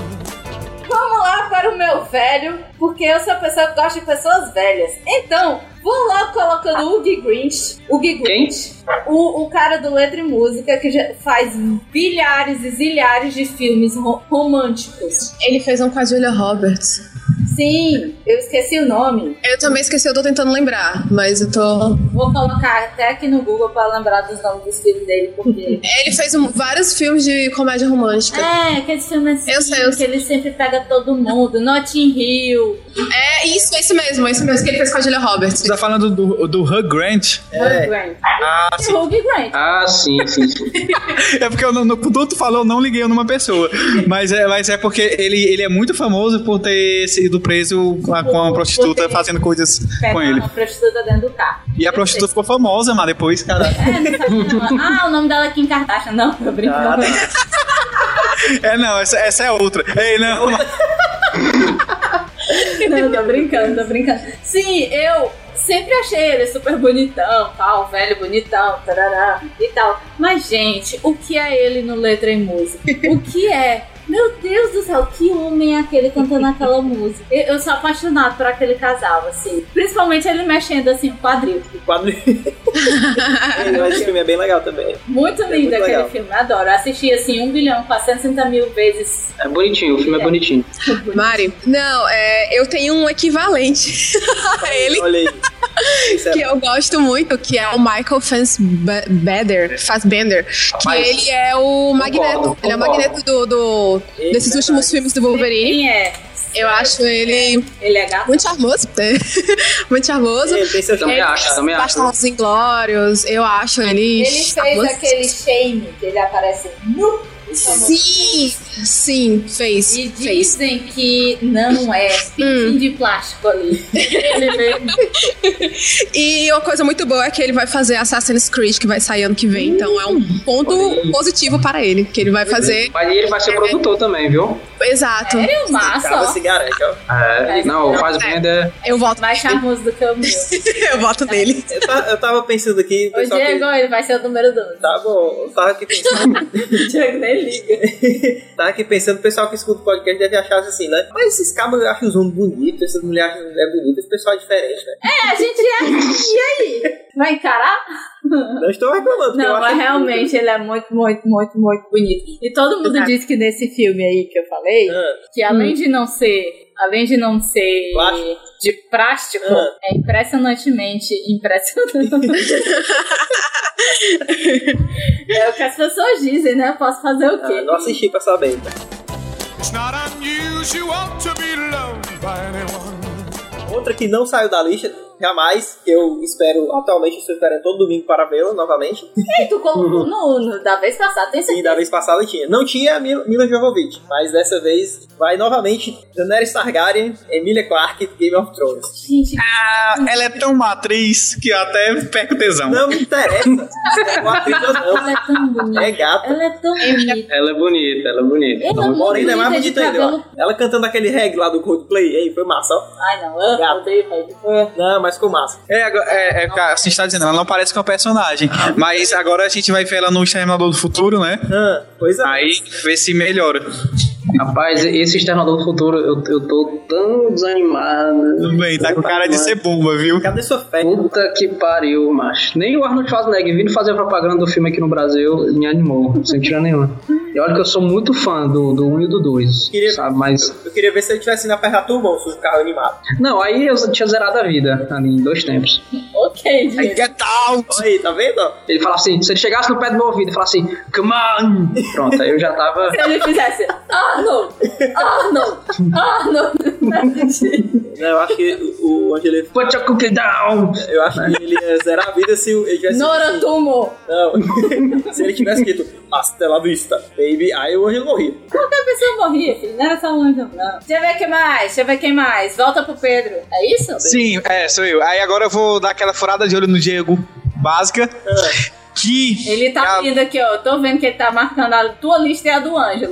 Vamos lá para o meu velho, porque eu sou a pessoa que gosta de pessoas velhas. Então, vou logo colocando o Hugh Grant. O Hugh Grant. O, o cara do Letra e Música, que já faz bilhares e zilhares de filmes ro- românticos. Ele fez um com a Julia Roberts. Sim, eu esqueci o nome. Eu também esqueci, eu tô tentando lembrar, mas eu tô... Vou colocar até aqui no Google pra lembrar dos nomes dos filmes dele, porque... Ele fez um, vários filmes de comédia romântica. É, aqueles filmes assim, eu sei, eu que ele sempre pega todo mundo. Notting Hill. É, isso, esse mesmo, esse mesmo que ele fez com a Julia Roberts. Você tá falando do, do Hugh Grant? É. Hugh Grant. Ah, sim. Hugh Grant. Ah, sim, sim, sim. É porque eu não, no, quando tu falou, eu não liguei numa pessoa. Mas é, mas é porque ele, ele é muito famoso por ter sido preso com, a, com uma prostituta fazendo coisas com ele. Uma prostituta dentro do carro. E a prostituta ficou famosa, mas depois, cara. É, não sabe, não. Ah, o nome dela é Kim Kardashian. Não, tô brincando. Ah, tá. É, não, essa, essa é outra. Ei, não. Não, tô brincando, tô brincando. Sim, eu sempre achei ele super bonitão, tal, velho bonitão, tarará, e tal. Mas, gente, o que é ele no Letra e Música? O que é? Meu Deus do céu, que homem é aquele cantando aquela música? Eu, eu sou apaixonado por aquele casal, assim. Principalmente ele mexendo, assim, o quadril. O quadril. Esse filme é bem legal também. Muito é lindo muito aquele legal. filme, adoro. Eu assisti, assim, um bilhão, quatrocentos e sessenta mil vezes. É bonitinho, o filme é, é bonitinho. Mari, não, é, eu tenho um equivalente a ele. Olha aí. Que eu gosto muito, que é o Michael Fassbender, Fassbender que Rapaz, ele é o Magneto. Concordo, ele é o concordo. Magneto do, do, Ele, desses verdade. últimos filmes do Wolverine. Quem é? Eu acho ele Ele é gato? muito charmoso. Muito charmoso. Ele tem seu Também acho, também acho. Bastardos Inglórios, eu acho ele Ele fez charmoso. aquele Shame, que ele aparece nu. Sim, Sim, fez. E fez. dizem que não é pintinho hum. de plástico ali. Ele mesmo. E uma coisa muito boa é que ele vai fazer Assassin's Creed, que vai sair ano que vem. Então é um ponto positivo para ele, que ele vai fazer. Mas ele vai ser é, produtor também, viu? Exato. Sério? Massa, ó. Se garante, ó. É, não, o Fassbender... Eu voto mais charmoso do que o meu. Eu voto nele. Eu, tá, eu tava pensando aqui... O Diego, que... ele vai ser o número dois. Tá bom, eu tava aqui pensando... O Diego nem liga. Tava aqui pensando, o pessoal que escuta o podcast deve achar assim, né? Mas esses cabos acham os homens bonitos, essas mulheres acham mulher bonita, esse pessoal é diferente, né? É, a gente é. E aí? Vai encarar? Não estou reclamando. Não, mas realmente bonito. Ele é muito, muito, muito, muito bonito. E todo mundo Exato. Diz que nesse filme aí que eu falei, ah. que além hum. de não ser, além de não ser plástico. De plástico, ah. é impressionantemente impressionante. É o que as pessoas dizem, né? Eu posso fazer o quê? Ah, não assisti pra saber, então. It's not unusual to be loved by anyone. Outra que não saiu da lista, jamais, eu espero, atualmente estou esperando todo domingo para vê-la novamente. E tu colocou no, no, da vez passada, tem certeza? Sim, da vez passada tinha. Não tinha a Mila Jovovich, mas dessa vez vai novamente Daenerys Targaryen, Emilia Clarke, Game of Thrones. Gente, ah, ela é tão uma atriz que eu até perco tesão. Não me interessa. É uma atriz ou não. Ela é tão bonita. É gata. Ela é tão bonita. Ela é bonita, ela é bonita. Ela é Porém, é mais bonita ainda. cabelo... Ela cantando aquele reggae lá do Coldplay, aí foi massa, ó. Ai, não, eu odeio reggae. Não, mas ficou massa. É, é, é, assim está dizendo, ela não parece com a personagem. Mas agora a gente vai ver ela no Exterminador do Futuro, né? Ah, pois é. Aí vê se melhora. Rapaz, esse Exterminador do Futuro, eu, eu tô tão desanimado. Tudo bem, tá com cara de ser bomba, viu? Cadê sua fé? Puta que pariu, macho. Nem o Arnold Schwarzenegger vindo fazer propaganda do filme aqui no Brasil me animou, sem tirar nenhuma. E olha que eu sou muito fã do, do um e do dois, queria, sabe, mas... Eu queria ver se ele tivesse na perna turma, se o carro animado. Não, aí eu tinha zerado a vida, ali, em dois tempos. Ok, gente. Aí, get out! Aí, tá vendo? Ele falava assim, se ele chegasse no pé do meu ouvido e falasse assim, come on! Pronto, aí eu já tava... Se ele fizesse, Arnold! Arnold! Arnold! Não, eu acho que o, o Angelo... Put your cookie down! Eu acho que ele ia zerar a vida se ele tivesse... Noratumo! Não, se ele tivesse escrito hasta la vista, baby, aí o Angelo morria. Qualquer pessoa morria, filho. Não era só um Angelo, não. Deixa eu ver quem mais, deixa eu ver quem mais. Volta pro Pedro. É isso? Sim, é, sou eu. Aí agora eu vou dar aquela furada de olho no Diego básica. Ah. Que ele tá vindo aqui, ó. Eu tô vendo que ele tá marcando a tua lista e a do Ângelo.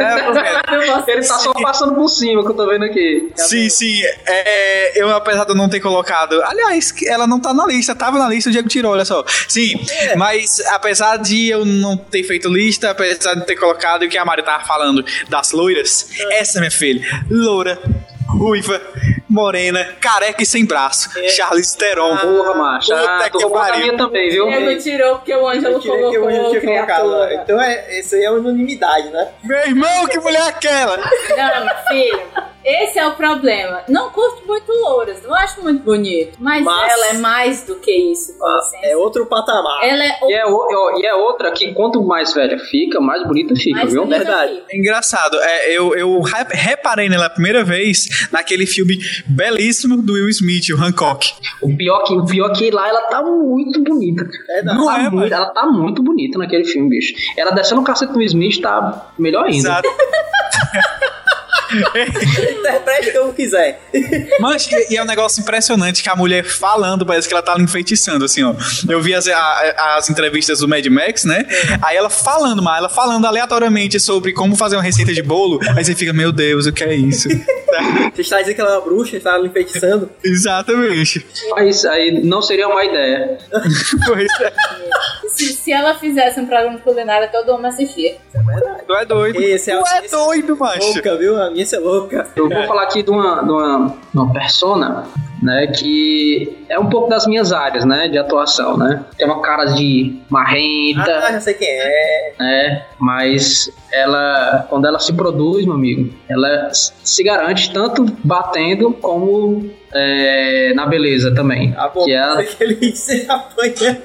É, ele tá só passando por cima, que eu tô vendo aqui. Sim, sim. É, eu, apesar de eu não ter colocado. Aliás, ela não tá na lista, tava na lista, o Diego tirou, olha só. Sim, é. Mas apesar de eu não ter feito lista, apesar de ter colocado, e o que a Mari tava falando das loiras, é. Essa, minha filha, loura, ruiva, morena, careca e sem braço. É. Charlize Theron. Porra, macho. Ah, tu roubou a minha também, viu? Ele tirou porque o Ângelo colocou. Que o Ângelo tinha colocado. Então é, isso aí é unanimidade, né? Meu irmão, que mulher é aquela? Não, meu filho. Esse é o problema. Não curto muito louras, não acho muito bonito. Mas, mas ela é mais do que isso. É outro patamar. Ela é o... e, é o, e é outra que quanto mais velha fica, mais bonita fica, mais viu? Bonita verdade. Fica. É engraçado. É, eu, eu reparei nela a primeira vez naquele filme belíssimo do Will Smith, o Hancock. O pior que, o pior que lá ela tá muito bonita. É, não tá é, muito, ela tá muito bonita naquele filme, bicho. Ela descendo o cacete do Will Smith tá melhor ainda. Exato. Interprete como quiser. Mas, e, e é um negócio impressionante que a mulher falando, parece que ela tá enfeitiçando, assim, ó. Eu vi as, a, as entrevistas do Mad Max, né? Aí ela falando, mas ela falando aleatoriamente sobre como fazer uma receita de bolo. Aí você fica, meu Deus, o que é isso? Você está dizendo que ela é uma bruxa, está enfeitiçando? Exatamente. Mas aí não seria uma ideia. Pois é. Se, se ela fizesse um programa de culinária, todo mundo assistia. Tu é doido. Esse é, tu é esse doido, macho. Louca, viu? A minha é louca. Eu vou falar aqui de uma, de uma, de uma persona, né, que é um pouco das minhas áreas, né, de atuação, né. Tem uma cara de marrenta. Ah, já sei quem é. É, mas ela, quando ela se produz, meu amigo, ela se garante tanto batendo como é, na beleza também. Ah, bom, que ela... que ele disse apanhando.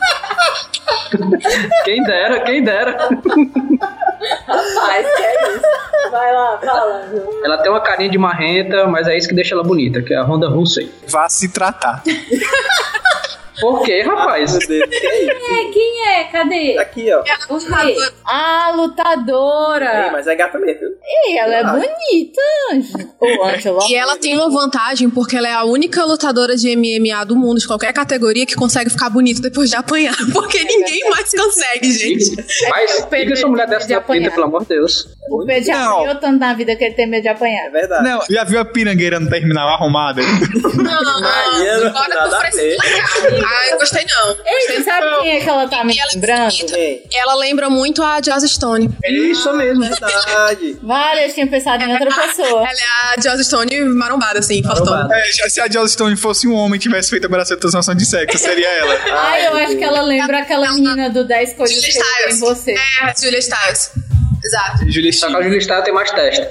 Quem dera, quem dera. Rapaz, que é isso? Vai lá, fala. Ela tem uma carinha de marrenta, mas é isso que deixa ela bonita, que é a Ronda Rousey. Vá se tratar. Por quê, rapaz? Ah, Deus, que é isso? É, quem é? cadê? Tá aqui, ó. O quê? Ah, lutadora. Ei, mas é gata mesmo, viu? Ei, ela é bonita, Anjo. Ô, Ângela. E ela tem uma vantagem porque ela é a única lutadora de M M A do mundo, de qualquer categoria, que consegue ficar bonita depois de apanhar. Porque ninguém mais consegue, gente. Mas fica essa mulher dessa de na vida, apanhar. pelo amor de Deus. O Pedro já Não. apanhou tanto na vida que ele tem medo de apanhar. É verdade. Não, já viu a pirangueira no terminal arrumada? Não, Maria, não agora tem nada tu a fresca. ver. Ai, gostei não. Ei, sabe quem é que ela tá me E ela é lembrando? bonita. Ei, Ela lembra muito a Joss Stone. É isso mesmo. verdade. Vale, eu tinha pensado em outra pessoa. Ela é a Joss Stone marombada, assim, fortona. Marombada. É, já- se a Joss Stone fosse um homem e tivesse feito a operação de transformação de sexo, seria ela. Ai, eu acho que ela lembra aquela menina do dez coisas Julia que eu tenho em Stiles. você. É, a Julia Stiles. Exato. Julia Só que a Stiles. Julia Stiles tem mais testa.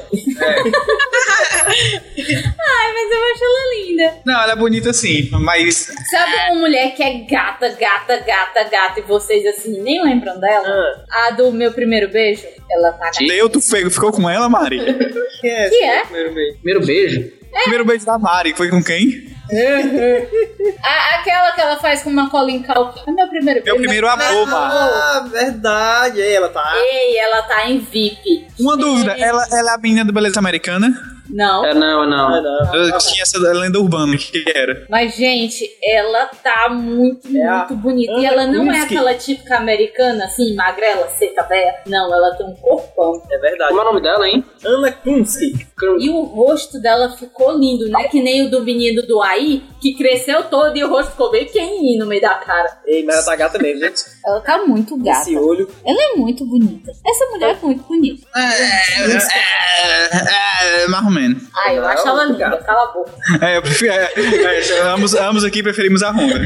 Ai, mas eu acho ela linda. Não, ela é bonita sim, mas Sabe uma mulher que é gata, gata, gata, gata e vocês assim nem lembram dela? A do meu primeiro beijo? Ela tá gata. Deu, tu fe- ficou com ela, Mari? Quem é Que esse é? primeiro beijo? Primeiro beijo. Primeiro beijo da Mari, foi com quem? A- aquela que ela faz com uma Colin Calkin. É meu primeiro Meu beijo. primeiro amor, Mari. Ah, verdade. Aí ela tá... Ei, ela tá em V I P. Uma dúvida, ela, ela é a menina do Beleza Americana? Não. É, não, não. Ah, não. Eu tinha essa lenda urbana, que era? Mas, gente, ela tá muito, É a muito bonita. E Anna ela não é Kunsky. aquela típica americana, assim, magrela, seca, véia. Não, ela tem um corpão. É verdade. Como é o nome dela, hein? Anna Kunsky. E o rosto dela ficou lindo, né? Que nem o do menino do Aí, que cresceu todo e o rosto ficou bem pequenininho no meio da cara. Ei, mas ela tá gata mesmo, gente. Ela tá muito gata. Esse olho. Ela é muito bonita. Essa mulher é muito bonita. É, é, mais ou menos. Ai, eu Não, acho ela linda. gata. Cala a boca. É, eu prefiro, é, é, ambos, ambos aqui preferimos a Honda.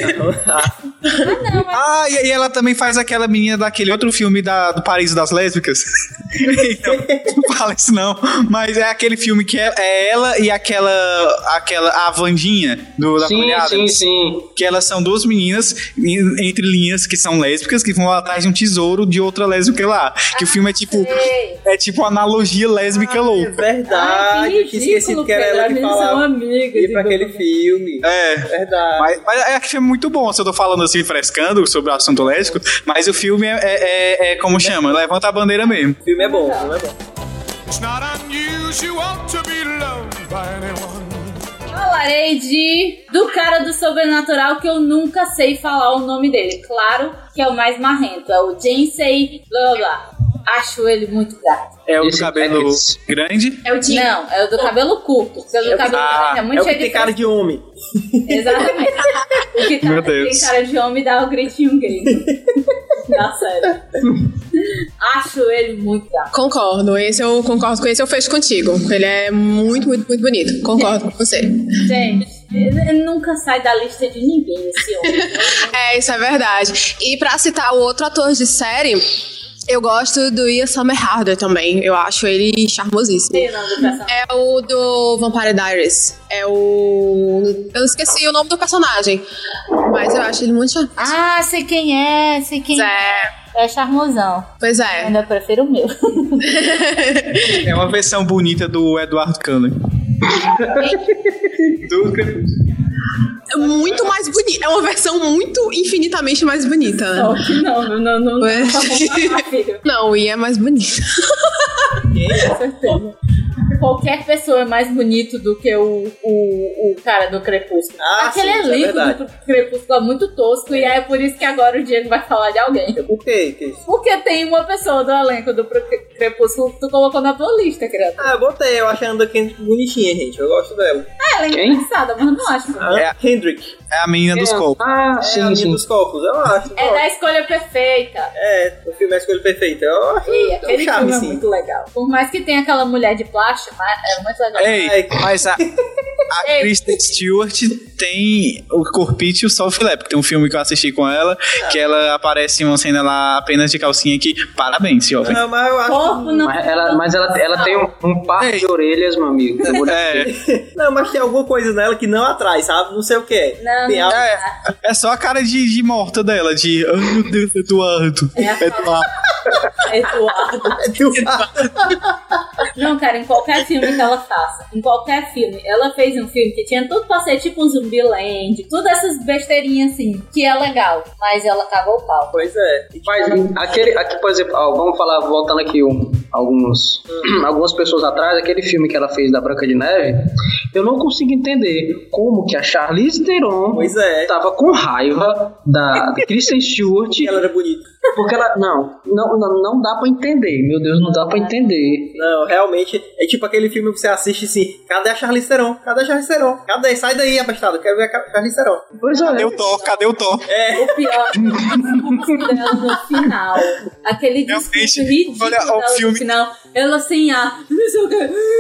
Ah, e, e ela também faz aquela menina daquele outro filme da, do Paraíso das Lésbicas. Então, não fala isso não. Mas é aquele filme que é, é ela e aquela, aquela a Vandinha do, da Sim, Cunhada. sim, sim. Que elas são duas meninas em- entre linhas que são lésbicas que vão atrás de um tesouro de outra lésbica lá. Que o filme é tipo Ei. é tipo uma analogia lésbica É louca. verdade. Eu tinha esquecido que era ela que falava. Ir pra aquele filme. É. Verdade. Mas, mas é que filme muito bom, se eu tô falando assim, frescando sobre o assunto lésbico, mas o filme é, é, é- é como chama, levanta a bandeira mesmo. O filme é bom, o filme é bom. It's not unusual to be loved by anyone. Falarei de do cara do sobrenatural que eu nunca sei falar o nome dele. Claro que é o mais marrento. É o Jinsei blá blá blá. Acho ele muito gato. É o do Esse cabelo é esse. grande. É o Jim. Não, é o do cabelo curto. Porque o do cabelo ah, grande é muito É o que cheio tem de cara de homem. Exatamente. O que tá, Meu Deus. tem cara de homem dá o gritinho gay. Dá sério. Acho ele muito gato. Concordo, esse eu concordo com esse, eu fecho contigo. Ele é muito, muito, muito bonito. Concordo com você. Gente, ele ele nunca sai da lista de ninguém, esse homem. É, isso é verdade. E pra citar o outro ator de série, eu gosto do Ian Somerhalder também. Eu acho ele charmosíssimo. Sei o nome do personagem. É o do Vampire Diaries. É o... Eu esqueci o nome do personagem. Mas eu acho ele muito charmoso. Ah, sei quem é, sei quem é. É, É charmosão. pois Eu é. ainda prefiro o meu. É uma versão bonita do Edward Cullen. do Crepúsculo. É muito mais bonito. É uma versão muito infinitamente mais bonita, né? Só que não, não, não, não. Ué. Não tá comparar, filho. Não, o Ian é mais bonito. Com certeza. Qualquer pessoa é mais bonito do que o, o, o cara do Crepúsculo. Ah, Aquele sim, isso é elenco verdade. do Crepúsculo é muito tosco e é por isso que agora o Diego vai falar de alguém. Por quê? Que isso? Porque tem uma pessoa do elenco do Pre- Crepúsculo que tu colocou na tua lista, criatura. Ah, eu botei. Eu acho a Anna Kendrick bonitinha, gente. Eu gosto dela. Ah, ela é Quem? engraçada, mas não acho. A Anna É. Kendrick. É a menina dos copos. Ah, É a sim, menina sim. dos copos. Eu acho. É da escolha perfeita. É, o filme é a escolha perfeita. Eu acho Ei, um aquele charme, filme é sim. muito legal. Por mais que tenha aquela mulher de plástico, mas é muito legal. Ei, Ai, mas a, a Ei. Kristen Stewart tem o corpite e o Sol Filé, porque tem um filme que eu assisti com ela, que ela aparece em uma cena lá apenas de calcinha aqui. Parabéns, jovem. Não, mas eu acho. Corpo não. Mas ela, mas ela, ela tem um, um par Ei. de orelhas, meu amigo. É, Não, mas tem alguma coisa nela que não atrai, sabe? Não sei o que é. Não, Tem não. algo- é, é só a cara de, de morta dela, de ai meu Deus, Eduardo. É a Eduardo. Eduardo. Não, cara, em qualquer filme que ela faça, em qualquer filme, ela fez um filme que tinha tudo pra ser tipo um Zumbiland, tudo essas besteirinhas assim, que é legal, mas ela cagou o pau. Pois é. Mas aquele, aqui, por exemplo, ó, vamos falar, voltando aqui um, alguns, hum. algumas pessoas atrás, aquele filme que ela fez da Branca de Neve, eu não consigo entender como que a Charlize Theron pois é. tava com raiva da Kristen Stewart. Ela era bonita. Porque ela, não, não, não, não dá pra entender, meu Deus, não dá pra entender. Não, realmente, é tipo aquele filme que você assiste assim, cadê a Charlize Theron? Cadê a Charlize Theron? Cadê? Sai daí, abastado, quero ver a Charlize Theron. Pois é. Cadê o Thor? Cadê o Thor? É. O pior é o discurso dela no final. Aquele discurso ridículo olha, o dela filme... no final. Ela assim, ah, não sei o que.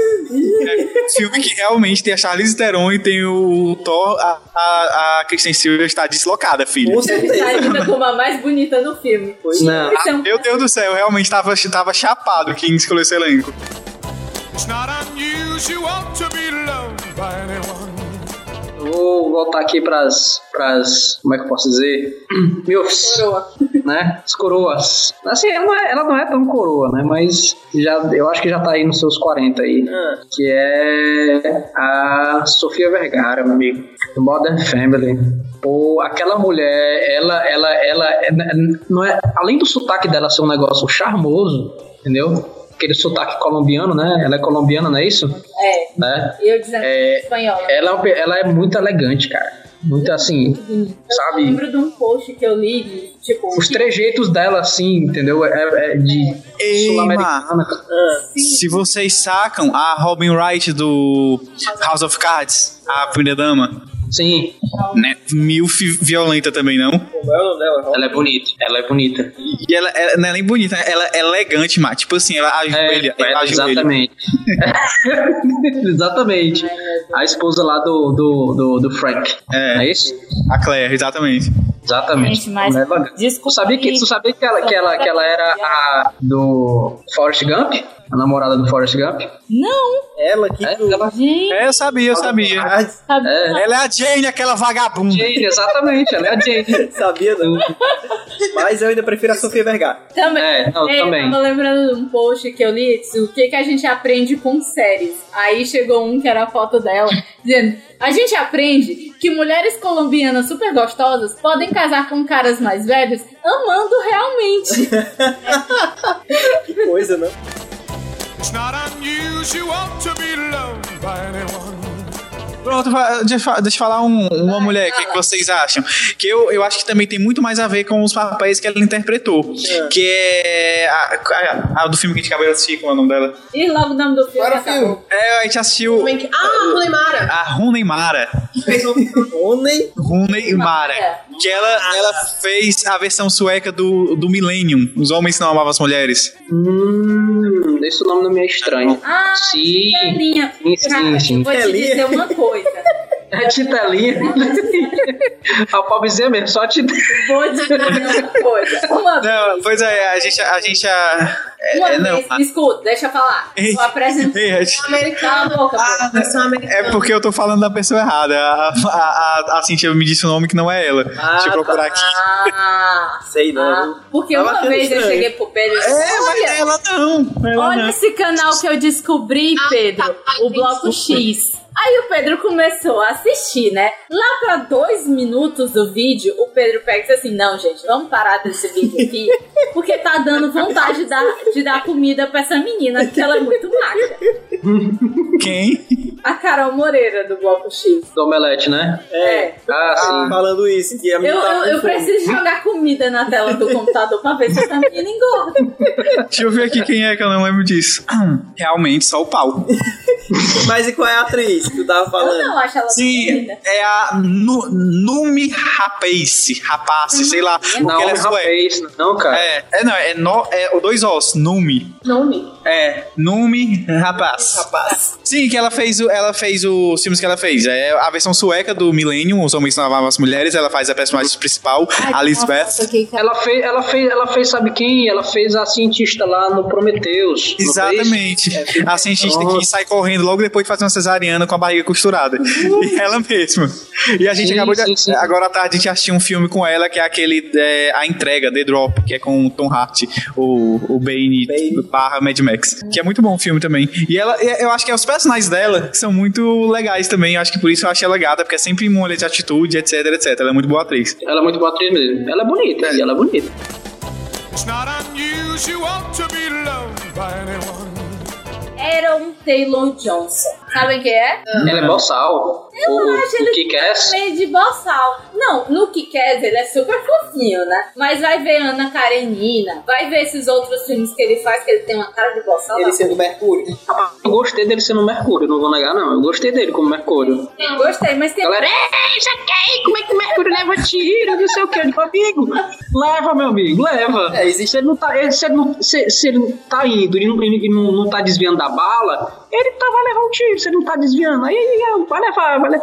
É, filme que realmente tem a Charlize Theron e tem o Thor, a, a, a Kristen Stewart está deslocada, filha. Com certeza. Está ainda como a mais bonita no filme. Pois não. Isso é um... Meu Deus do céu, eu realmente tava, tava chapado quem escolheu esse elenco. It's not unusual to be loved by anyone. Vou voltar aqui pras, pras, como é que eu posso dizer? Milfs, Coroa. né? As coroas. Assim, ela não, é, ela não é tão coroa, né? Mas já, eu acho que já tá aí nos seus quarenta aí. Ah. Que é a Sofia Vergara, meu amigo. Do Modern Family. Pô, aquela mulher, ela, ela, ela, não é, além do sotaque dela ser um negócio charmoso, entendeu? Aquele sotaque colombiano, né? Ela é colombiana, não é isso? É. Né? E eu dizendo É, espanhola. Ela, ela é muito elegante, cara. Muito assim, Eu sabe? lembro de um post que eu li, de, tipo... Os trejeitos dela, assim, entendeu? É, é de Ei, sul-americana. Se vocês sacam, a Robin Wright do House of Cards, a primeira dama, Sim, né? Milf violenta também, não? Como é o nome dela? ela é bonita. Ela é bonita. E ela, ela não é nem bonita, ela é elegante, mas tipo assim, ela ajoelha. É, ela ajoelha. exatamente. Exatamente. A esposa lá do, do, do, do Frank. É. Não é isso? A Claire, exatamente. Exatamente. Gente, mas Ela é elegante. Tu desculpa sabia que, aí. tu sabia que, ela, que, ela, que ela era a do Forrest Gump? A namorada do Forrest Gump? Não, Ela que É, do... ela... gente. É, eu sabia, eu sabia. Ah, Sabe? É. Ela é a Jane, aquela vagabunda. Jane, exatamente, ela é a Jane. sabia não. Mas eu ainda prefiro a Sofia Vergara. Também. É, não, eu também. tava lembrando de um post que eu li, o que, que a gente aprende com séries. Aí chegou um que era a foto dela, dizendo: a gente aprende que mulheres colombianas super gostosas podem casar com caras mais velhos amando realmente. Que coisa, não? It's not unusual to be loved by anyone. Pronto, va- deixa, eu- deixa eu falar um- uma mulher, o que, que vocês acham? Que eu, eu acho que também tem muito mais a ver com os papéis que ela interpretou. É. Que é a, a- a do filme que a gente acabou de assistir, como é o nome dela? E logo o nome do filme Para o acabou. filme. É, a gente assistiu Ah, Rooney Mara. a Rooney Mara. Fez o Rooney. Rooney Mara. Que ela, ela fez a versão sueca do, do Millennium. Os homens não amavam as mulheres. Hum, esse nome não me é estranho. Ah, Sim. Titelinha. Sim, sim, Cara, sim. eu vou te Titelinha. dizer uma coisa. A Titelinha. A pobrezinha mesmo, só a Titelinha. Vou te dizer uma coisa. Uma Não, pois é, a gente... A gente a, é, Uma é, não, vez, escuta, deixa eu falar. Eu apresento É, a gente- americano, boca, Ah, versão americana. é porque eu tô falando da pessoa errada. A, a, a, a Cintia me disse o nome que não é ela. Ah, Deixa eu procurar tá. aqui. Ah, Sei não. ah, porque Tava uma achando vez eu estranho. cheguei pro Pedro e disse: É, mas olha, ela não. Ela olha não. esse canal que eu descobri, Pedro, o Bloco X. Aí o Pedro começou a assistir, né? Lá pra dois minutos do vídeo, o Pedro pega e diz assim: não, gente, vamos parar desse vídeo aqui, porque tá dando vontade de dar, de dar comida pra essa menina, porque ela é muito magra. Quem? A Carol Moreira, do Bloco X. Do Omelete, né? É. Ah, sim. Falando isso, que a Eu, menina tá eu, com eu fome. preciso jogar comida na tela do computador pra ver se essa menina engorda. Deixa eu ver aqui quem é, que eu não lembro disso. Realmente, só o pau. Mas e qual é a atriz que tu tava Eu falando? não acho ela Sim, bonita. é a Nu- Numi Rapace. Rapace, sei lá. Porque Não, ela é sueca. rapaz, não, cara. É, é, não, é, no, é o dois ossos, Numi. Nome. É, Numi Rapaz. Rapaz. Sim, que ela fez, o, ela fez os filmes que ela fez. É a versão sueca do Millennium, Os Homens Não Amavam as Mulheres. Ela faz a personagem principal, a Lisbeth. Ela fez, ela fez, ela fez, sabe quem? Ela fez a cientista lá no Prometheus. não Exatamente. fez? A cientista que sai correndo nascendo logo depois de fazer uma cesariana com a barriga costurada. E ela mesma. E a gente Sim, acabou de... sim, sim. Agora à tarde a gente assistiu um filme com ela, que é aquele é, A Entrega, The Drop, que é com o Tom Hardy, o, o Bane, Bane. barra Mad Max. Que é muito bom o filme também. E ela, eu acho que os personagens dela são muito legais também. Eu acho que por isso eu achei ela gata, porque é sempre uma olha de atitude, etc, etc. Ela é muito boa atriz. Ela é muito boa atriz mesmo. Ela é bonita, e ela é bonita. It's not unusual to be loved by anyone. Aaron Taylor Johnson. Sabem quem é? Ela é boçal. Eu o, acho o ele Kick-Ass. meio de boçal. Não, no Kick-Ass ele é super fofinho, né? Mas vai ver Ana Karenina, vai ver esses outros filmes que ele faz, que ele tem uma cara de boçal. Ele sendo Mercúrio. Eu gostei dele sendo Mercúrio, não vou negar não. Eu gostei dele como Mercúrio. Eu gostei, mas tem... Galera, ei, já quer? Como é que o Mercúrio leva tiro? Não sei o que. Meu amigo, leva, meu amigo, leva. É, existe- Se ele não tá, se ele não, se, se ele tá indo e não, e não, não tá desviando da bala, ele tá, vai levar um tiro. Se ele não tá desviando, aí vai levar, vai levar.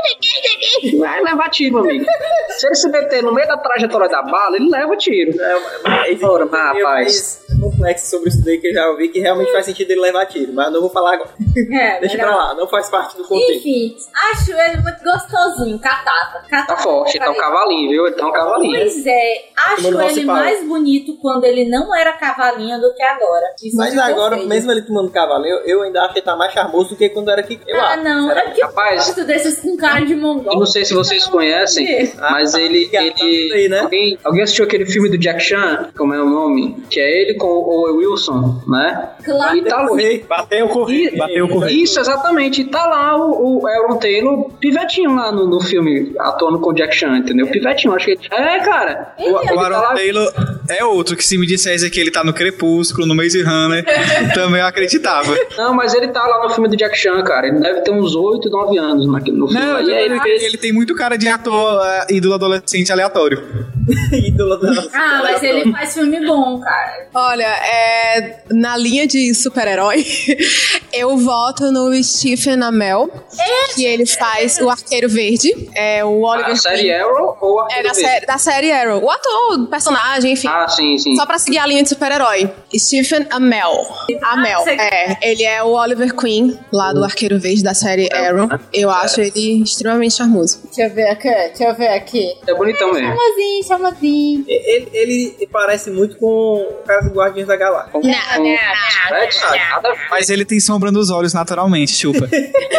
Vai levar tiro, meu amigo. Se ele se meter no meio da trajetória da bala, ele leva tiro. É, é, Ora, é rapaz. mais complexo sobre isso daí, que eu já ouvi que realmente faz sentido ele levar tiro, mas eu não vou falar agora. É, Deixa melhor. pra lá, não faz parte do contexto. Enfim, acho ele muito gostosinho, catata. catata Tá forte, ele tá um cavalinho, viu? Ele tá um cavalinho. Pois é, acho Tomando ele Valsipara. mais bonito quando ele não era cavalinho do que agora. Isso Mas ficou agora, feio. mesmo ele tomando cavalo, eu, eu ainda acho que ele tá mais charmoso do que quando era aqui. Eu Ah, acho. não, Será é porque eu Rapaz, gosto desses com cara de mongol. Eu não sei se vocês conhecem, mas Ah, ele. tá ligado, ele tá aí, né? alguém, alguém assistiu aquele filme do Jack Chan? Como é o nome? Que é ele com o Owen Wilson, né? Claro. E tá lá. Correr. Bateu, correr. Bateu, correr. Isso, exatamente. E tá lá o, o Aaron Taylor, pivetinho lá no, no filme, atuando com o Jack Chan, entendeu? Pivetinho, acho que ele. É, cara. Ele o, é ele O tá Aaron lá- Taylor é outro que, se me dissesse que ele tá no Crepúsculo, no Maze Runner, também eu acreditava. Não, mas ele tá lá no filme do Jack Chan, cara. Ele deve ter uns oito, nove anos naquele, no filme. Não, E aí ele, ele fez- ele tem muito cara de ator uh, ídolo adolescente aleatório. Ídolo da nossa Ah, mas geração. ele faz filme bom, cara. Olha, é, na linha de super-herói, eu voto no Stephen Amell, que ele faz o Arqueiro Verde, é o Oliver A série Queen. Arrow ou a É da série, da série Arrow. O ator, o personagem, enfim. Ah, sim, sim. Só pra seguir a linha de super-herói. Stephen Amell. Amell, você- é. Ele é o Oliver Queen, lá do Arqueiro Verde, da série Arrow. Eu acho ele extremamente charmoso. Deixa eu ver aqui, deixa eu ver aqui. É bonitão mesmo. Chamazinho, chamazinho. Ele, ele parece muito com o cara do Guardiões da Galáxia. Com- com- É, nada a ver. Mas ele tem sombra nos olhos naturalmente, chupa.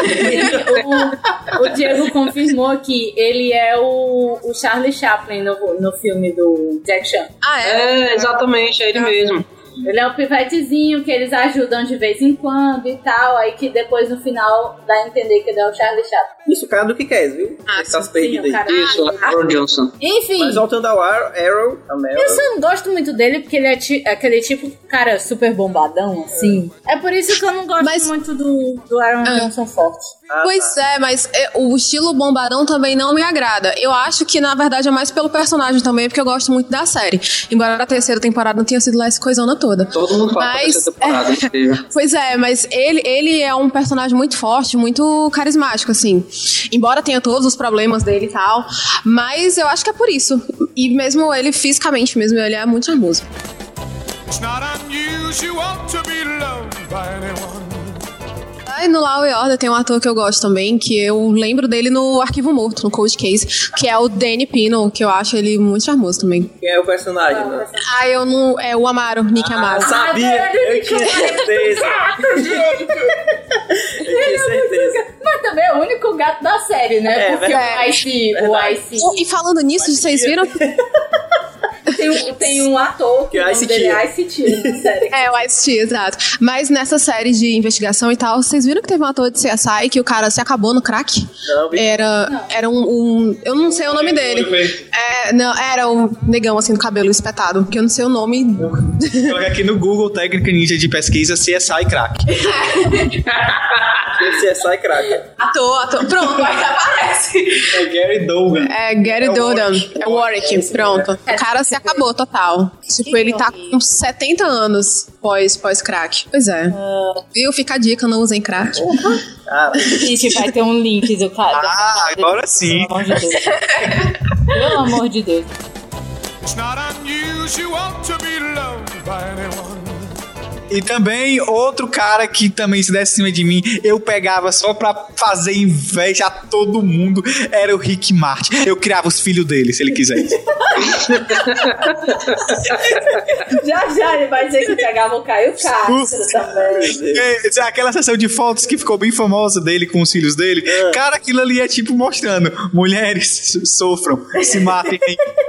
o, o Diego confirmou que ele é o, o Charlie Chaplin no, no filme do Jack Chan. Ah, é? É, exatamente, é ele mesmo. Ele é um pivetezinho que eles ajudam de vez em quando e tal, aí que depois no final dá a entender que ele é o Charlie Chaplin. Isso, o cara do que quer, viu? Ah, Essas sim, perdidas o aí. cara- Isso, Aaron Johnson. Enfim, Mas voltando ao Ar- Arrow, a Mel. eu só não gosto muito dele porque ele é ti- aquele tipo cara super bombadão, assim. É por isso que eu não gosto Mas- muito do, do Aaron Ah. Johnson forte. Ah, Pois é, mas é, o estilo bombadão também não me agrada. Eu acho que, na verdade, é mais pelo personagem também, porque eu gosto muito da série. Embora a terceira temporada não tenha sido lá essa coisona toda. Todo mundo fala Mas- essa temporada, não teve. Pois é, mas ele, ele é um personagem muito forte, muito carismático, assim. Embora tenha todos os problemas dele e tal. Mas eu acho que é por isso. E mesmo ele, fisicamente mesmo, ele é muito charmoso. It's not unusual to be loved by anyone. Aí no Law and Order tem um ator que eu gosto também, que eu lembro dele no Arquivo Morto, no Cold Case, que é o Danny Pino, que eu acho ele muito charmoso também. Quem é o personagem, né? Ah, eu não... É o Amaro, Nick Amaro. Ah, sabia! Eu tinha certeza! Eu tinha certeza. Mas também é o único gato da série, né? É, Porque verdade. o Ice, o Verdade. Ice Oh, e falando nisso, vocês viram? tem, um, tem um ator que, Que é o nome Ice dele T. é Ice T na série. É, o Ice-T, exato. Mas nessa série de investigação e tal, vocês viram que teve um ator de C S I que o cara se acabou no crack? Não, vi. Era, era um, um- Eu não sei o nome dele. É, não, era um negão assim, do cabelo espetado, que eu não sei o nome. Coloca aqui no Google técnica ninja de pesquisa C S I crack. C S I crack. Ator, ator. Pronto, aí aparece. É Gary Dogan. É Gary É o Dolan. Warwick. É o Warwick, pronto. O cara se acabou total. Tipo, ele tá com setenta anos pós, pós-crack. Pois é. Viu? Fica a dica, não usem crack. Ah, Gente, vai ter um link do cara. Ah, agora sim. Pelo amor de Deus. Pelo amor de Deus. It's not unusual to be loved by anyone. E também outro cara que também se desse em cima de mim, eu pegava só pra fazer inveja a todo mundo, era o Rick Martin. Eu criava os filhos dele, se ele quisesse. Já já ele vai dizer que pegava o Caio Castro também. É, aquela sessão de fotos que ficou bem famosa dele com os filhos dele. É. Cara, aquilo ali é tipo mostrando: mulheres sofram, se matem.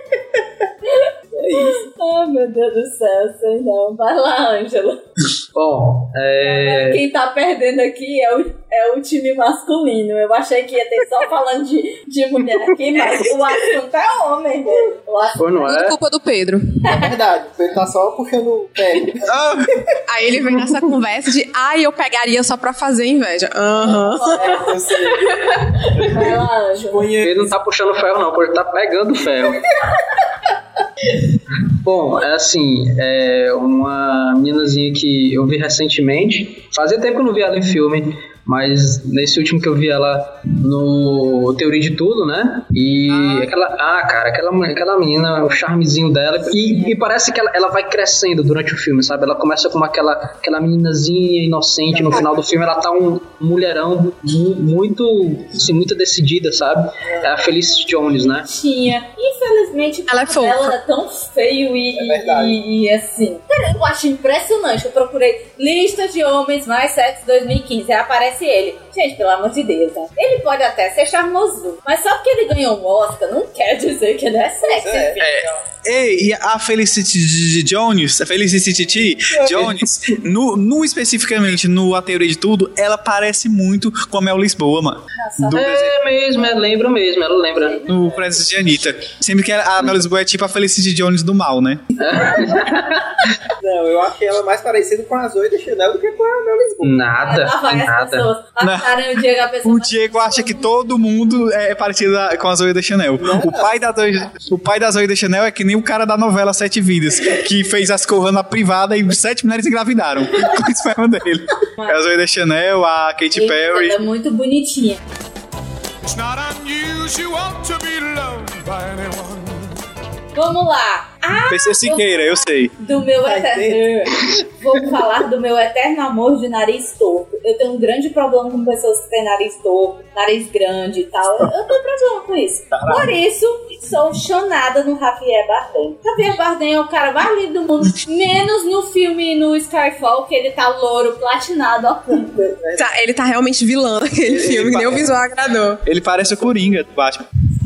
É isso. Ai, meu Deus do céu, sei não. Vai lá, Ângela. Bom, é... Quem tá perdendo aqui é o, é o time masculino. Eu achei que ia ter só falando de, de mulher aqui, mas o assunto é homem, velho. Foi, não é? É culpa do Pedro. É verdade, o Pedro tá só puxando o pé. Aí ele vem nessa conversa de, ai, eu pegaria só pra fazer inveja. Aham. Uhum. Eu sei. Vai lá, Ângela. Ele não tá puxando ferro, não, porque ele tá pegando ferro. Bom, é assim, é uma meninazinha que eu vi recentemente. Fazia tempo que eu não vi ela em filme, mas nesse último que eu vi ela no Teoria de Tudo, né? E ah. aquela, ah, cara, aquela, aquela menina, o charmezinho dela. E, e parece que ela, ela vai crescendo durante o filme, sabe? Ela começa com aquela, aquela meninazinha inocente. No final do filme ela tá um mulherão muito, assim, muito decidida, sabe? É a Felicity Jones, né? Tinha. Infelizmente, ela é fofa. Ela era tão feio e, é e, e assim. Cara, eu acho impressionante. Eu procurei lista de homens mais sexy dois mil e quinze. Aí aparece ele. Gente, pelo amor de Deus, né? Ele pode até ser charmoso, mas só porque ele ganhou um Oscar não quer dizer que ele é sexy. É, é. Ei, e a Felicity Jones, a Felicity Jones, no, no especificamente no A Teoria de Tudo, ela parece muito com a Mel Lisboa, mano. Nossa, é desenho. mesmo, ela lembra mesmo, ela lembra. No Preço de Anitta. Sempre que a Mel Lisboa é tipo a Felicity Jones do mal, né? Não, eu achei ela mais parecida com a Zoe da Chanel do que com a Mel Lisboa. Nada, nada. O Diego, a pessoa o Diego acha que todo mundo é parecido com a Zoe da Chanel. O pai da, o pai da Zoe da Chanel é que nem o cara da novela Sete Vidas, que fez as corras na privada e sete mulheres engravidaram com o esperma dele. É a Zoe da Chanel, a Katy Perry. Ela é muito bonitinha. It's not unusual to be loved by anyone. Vamos lá. Ah, P C Siqueira, eu sei. Do meu eterno... Vou falar do meu eterno amor de nariz torto. Eu tenho um grande problema com pessoas que têm nariz torto, nariz grande e tal. Eu, eu tenho problema com isso. Caramba. Por isso, sou chonada no Javier Bardem. Javier Bardem é o cara mais lindo do mundo, menos no filme no Skyfall, que ele tá louro, platinado, ó. Tá, ele tá realmente vilão naquele Ele filme, que nem o parece- visual agradou. Ele parece o Coringa do Batman.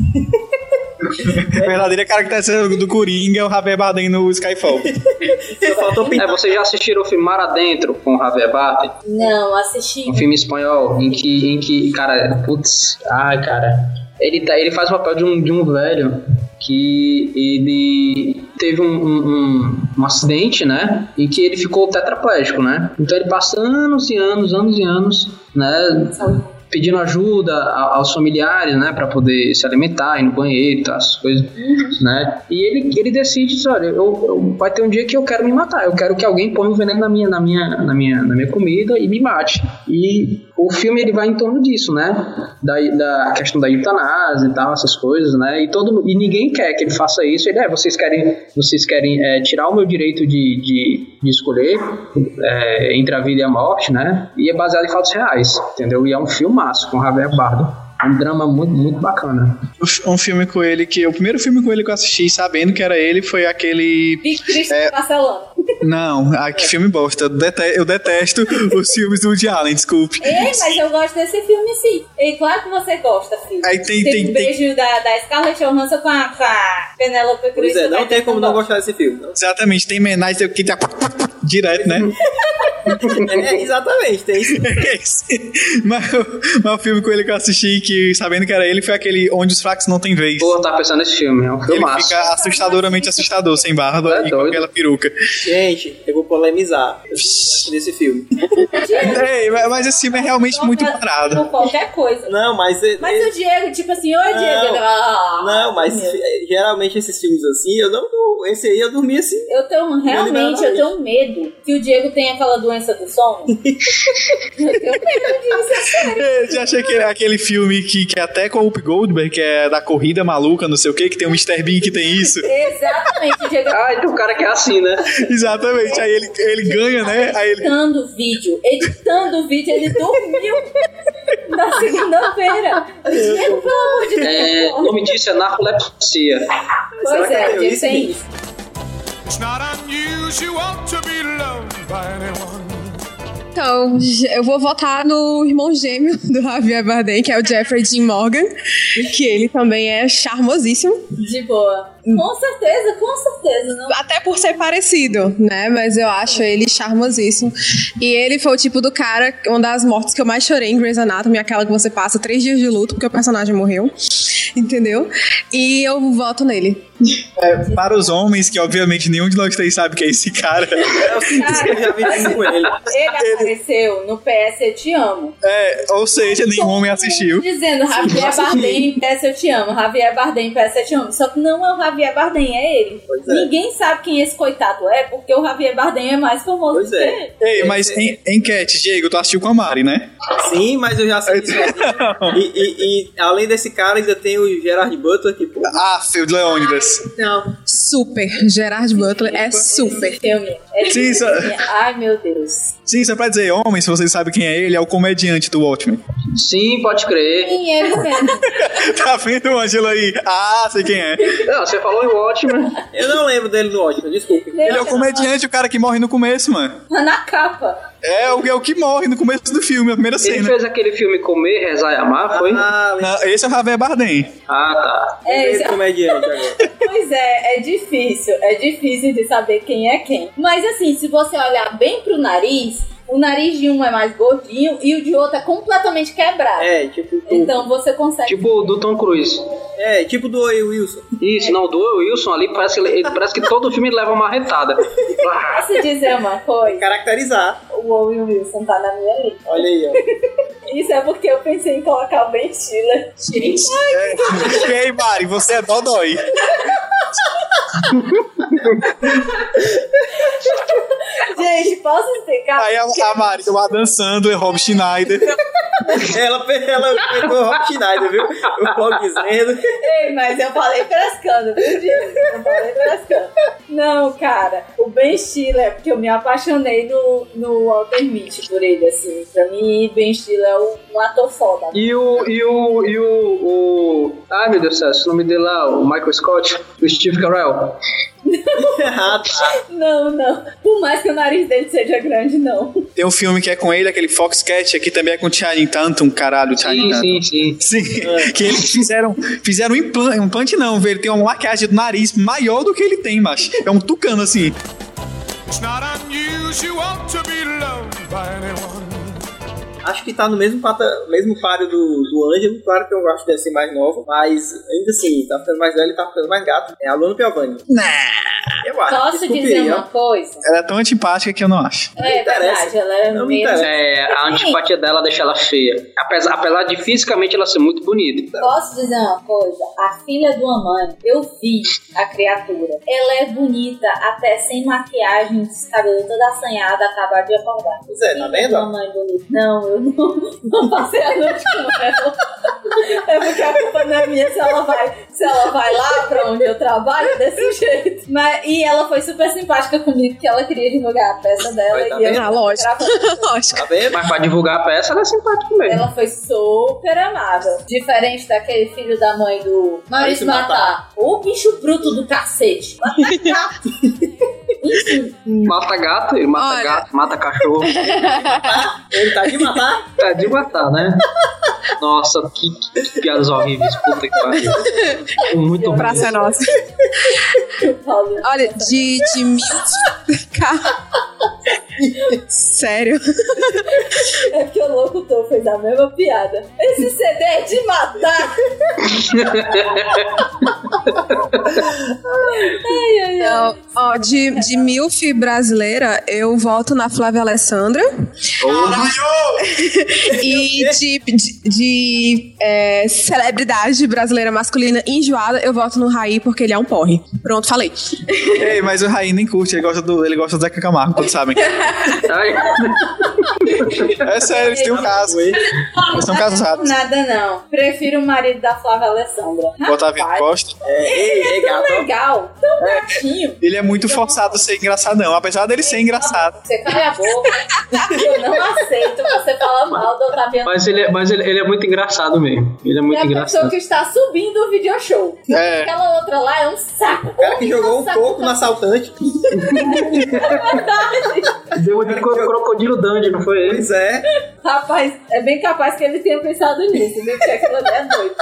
A verdadeira característica do Coringa é o Javier Bardem no Skyfall. Só faltou É, pintar. vocês já assistiram o filme Mar Adentro com o Javier Bardem? Não, assisti. Um filme espanhol em que, em que cara, putz, ai, cara, ele, tá, ele faz o papel de um, de um velho que ele teve um, um, um, um acidente, né, em que ele ficou tetraplégico, né, então ele passa anos e anos, anos e anos, né, pedindo ajuda a- aos familiares, né, para poder se alimentar, ir no banheiro e tal, essas coisas, né, e ele, ele decide, diz, olha, eu, eu, vai ter um dia que eu quero me matar, eu quero que alguém ponha um veneno na minha, na minha, na minha, na minha comida e me mate, e o filme ele vai em torno disso, né, da, da questão da eutanásia e tal, essas coisas, né, e, todo, e ninguém quer que ele faça isso, ele é, vocês querem, vocês querem é, tirar o meu direito de, de, de escolher é, entre a vida e a morte, né, e é baseado em fatos reais, entendeu, e é um filmaço com o Javier Bardem, é um drama muito, muito bacana. Um filme com ele que... O primeiro filme com ele que eu assisti sabendo que era ele foi aquele... E Cristo É. Marcelão. Não, ah, que filme bosta. Eu dete- eu detesto os filmes do Woody Allen, desculpe. Ei, mas eu gosto desse filme sim. E claro que você gosta, filho. Aí tem- Teve tem- um tem- beijo da, da Scarlett Johansson com a, com a Penélope Cruz. Pois é, não vai tem ter como não que gostar desse filme. Não. Exatamente, tem menais que tá direto, né? É, exatamente, tem isso. mas, mas o filme com ele que eu assisti, que sabendo que era ele, foi aquele Onde os Fracos Não Tem Vez. Pô, tá pensando nesse filme, é um Ele filmaço. fica assustadoramente assustador, sem barba É e com doido. aquela peruca. Gente, eu vou polemizar nesse filme. Ei, mas- mas esse filme é realmente muito parado. Por qualquer coisa. Não, mas... é- Mas o Diego, tipo assim, oi Diego. Não. ele, ah, Não, mas meu. é, geralmente esses filmes assim, eu não... Esse aí eu dormi assim. Eu tenho, realmente, eu liberalmente. tenho medo que o Diego tenha aquela doença doença do sono. Eu tenho medo disso, é sério. Eu já achei que aquele filme que, que é até com o Whoopi Goldberg, que é da corrida maluca, não sei o que, que tem o mister Bean que tem isso. Exatamente, Diego. Ah, então o cara que é assim, né? Exatamente, aí ele, ele ganha, né? Aí ele... Editando o vídeo, editando o vídeo, ele dormiu na segunda-feira. Diego, pelo amor de Deus. É, o nome disso é narcolepsia. Pois é, Diego tem isso. It's not unusual to be loved by anyone. Então, eu vou votar no irmão gêmeo do Javier Bardem, que é o Jeffrey Dean Morgan, que ele também é charmosíssimo. De boa. Com certeza, com certeza. Não. Até por ser parecido, né? Mas eu acho ele charmosíssimo. E ele foi o tipo do cara, uma das mortes que eu mais chorei em Grey's Anatomy, aquela que você passa três dias de luto porque o personagem morreu. Entendeu? E eu voto nele. É, para os homens, que obviamente nenhum de nós três sabe que é esse cara. É o seguinte, eu já vi isso com ele. Ele apareceu no P S Eu Te Amo. É, ou seja, nenhum homem assistiu. Dizendo Javier Bardem em P S Eu Te Amo. Javier Bardem em P S Eu Te Amo. Só que não é o Javier Bardem, é ele. Pois é. Ninguém sabe quem esse coitado é, porque o Javier Bardem é mais famoso Pois que é. ele. Ei, mas em, enquete, Diego, tu assistiu com a Mari, né? Sim, mas eu já sei disso. E, e, e além desse cara, ainda tem o Gerard Butler, que pô, Ah, filho de Leônidas. Não, super. Gerard Butler é super. Filme. É Sim, só- Ai, meu Deus. Sim, só pra dizer, homem, se vocês sabem quem é ele, é o comediante do Watchmen. Sim, pode crer. Quem é ele mesmo? Tá vendo o Angelo aí? Ah, sei quem é. Não, você falou em Watchmen. eu não lembro dele no ótimo, desculpe. Ele é o comediante, o cara que morre no começo, mano. Tá na capa. É o, é o que morre no começo do filme, a primeira Ele cena. fez aquele filme Comer, Rezar e Amar, foi? Ah, Não, esse é o Javier Bardem. Ah, tá. É, lembrei esse do comediante agora. Pois é, é difícil, é difícil de saber quem é quem. Mas assim, se você olhar bem pro nariz, o nariz de um é mais gordinho e o de outro é completamente quebrado. É, tipo do, Então você consegue... Tipo o do Tom Cruise. é, tipo do Owen Wilson. Isso, não, do Wilson ali, parece que, ele, ele- parece que todo filme ele leva uma marretada. Ah, Posso dizer uma coisa? Caracterizar. O Owen Wilson tá na minha lista. Olha aí, ó. Isso é porque eu pensei em colocar o Ben Stiller. Gente, Ei, Mari, você é dodói. gente, posso explicar? Aí a, a Mari lá dançando, é Rob Schneider. Ela, ela pegou o Rob Schneider, viu? O Bob dizendo. Ei, mas eu falei frescando, viu, Diego? Eu falei frescando. Não, cara, o Ben Stiller, porque eu me apaixonei no, no Walter Mitty por ele, assim. Pra mim, Ben Stiller é um, um ator foda. E o. E o. E o. o... Ai meu Deus do céu, esse nome dele lá, o Michael Scott, o Steve Carell. Ah, tá. Não, não. Por mais que o nariz dele seja grande, não. Tem um filme que é com ele, aquele Foxcat, aqui também é com o Channing Tatum, caralho, o Channing Sim, Tatum. sim, sim. Sim, que eles fizeram, fizeram um implante, um implante não, velho, ele tem uma maquiagem do nariz maior do que ele tem, macho. É um tucano, assim. It's not unusual to be loved by anyone. Acho que tá no mesmo, pata, mesmo páreo do, do Ângelo. Claro que eu acho que deve ser mais nova, mas ainda assim, tá ficando mais velho e tá ficando mais gato. É a Luna Piovani. Eu acho. Posso desculpe dizer aí, ó. uma coisa? Ela é tão antipática que eu não acho. É interessa. verdade, ela é Não me meio... interessa. É, a antipatia dela deixa ela feia. Apesar, apesar de fisicamente ela ser muito bonita. Posso dizer uma coisa? A filha de uma mãe, eu vi a criatura. Ela é bonita até sem maquiagem, cabelo todo assanhado, acabar de acordar. Pois é, tá Filha vendo? de uma mãe bonita. Não, eu não, não passei a noite com ela. É porque a culpa não é minha se ela vai, se ela vai lá pra onde eu trabalho desse jeito. Mas, e ela foi super simpática comigo, porque ela queria divulgar a peça dela. Foi, tá e eu vendo? Ah, lógico. Lógico. Tá vendo? Mas pra divulgar a peça ela é simpática mesmo. Ela foi super amável. Diferente daquele filho da mãe do Maurício Maurício Matar. Matar. O bicho bruto do cacete. Mata gato. Enfim. Mata gato, ele mata Olha. gato, mata cachorro. Ele tá de matar. É de matar, né? Nossa, que, que piadas horríveis. Puta que pariu. Muito ruim. Praça é nossa. Paulo. Olha, de, de mil. Cara. Sério? É porque o locutor fez a mesma piada. Esse C D é de matar. ai, ai, ai. Não, ó, de, de milf brasileira, eu voto na Flávia Alessandra, E de, de, de é, celebridade brasileira masculina enjoada, eu voto no Raí porque ele é um porre. Pronto, falei. Ei, mas o Raí nem curte, ele gosta do, ele gosta do Zeca Camargo, todos sabem. É sério, eles têm um caso. Eles são casados. Nada não. Prefiro o marido da Flávia Alessandra. O Otávio Costa. É, ele é tão legal, tão gatinho. Ele é muito forçado a ser engraçadão, apesar dele ser engraçado. Você cala a boca. Eu não aceito você falar mal do Otaviano. Mas, ele é, mas ele, ele é muito engraçado mesmo. Ele é muito é a engraçado. pessoa que está subindo o video show. É. Aquela outra lá é um saco. O cara que jogou um coco no assaltante. Deu de crocodilo Dandy, não foi ele? Pois é. Rapaz, é bem capaz que ele tenha pensado nisso, viu? Porque aquilo ali é doido.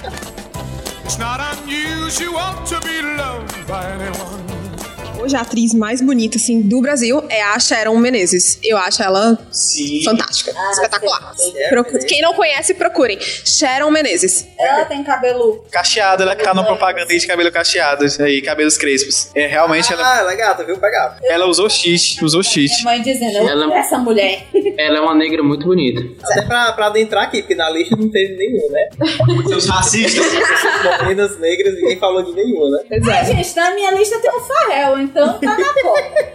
It's not unusual to be loved by anyone. Hoje a atriz mais bonita, assim, do Brasil é a Sharon Menezes. Eu acho ela Sim. fantástica, Ah, espetacular. sim, sim. Procure- Quem não conhece, procurem. Sharon Menezes. Ela tem cabelo... Cacheado, ela tá numa propaganda de cabelo cacheado, isso aí, cabelos crespos. É, realmente ela, Ah, ela é gata, viu? Pegar. ela usou xixi, usou Minha xixi. mãe dizendo, eu Ela- amo essa mulher. Ela é uma negra muito bonita. Até pra, pra adentrar aqui, porque na lista não teve nenhum, né? Seus racistas, essas morenas negras, ninguém falou de nenhum, né? Ai, gente, na minha lista tem um Farrell, então tá na foto.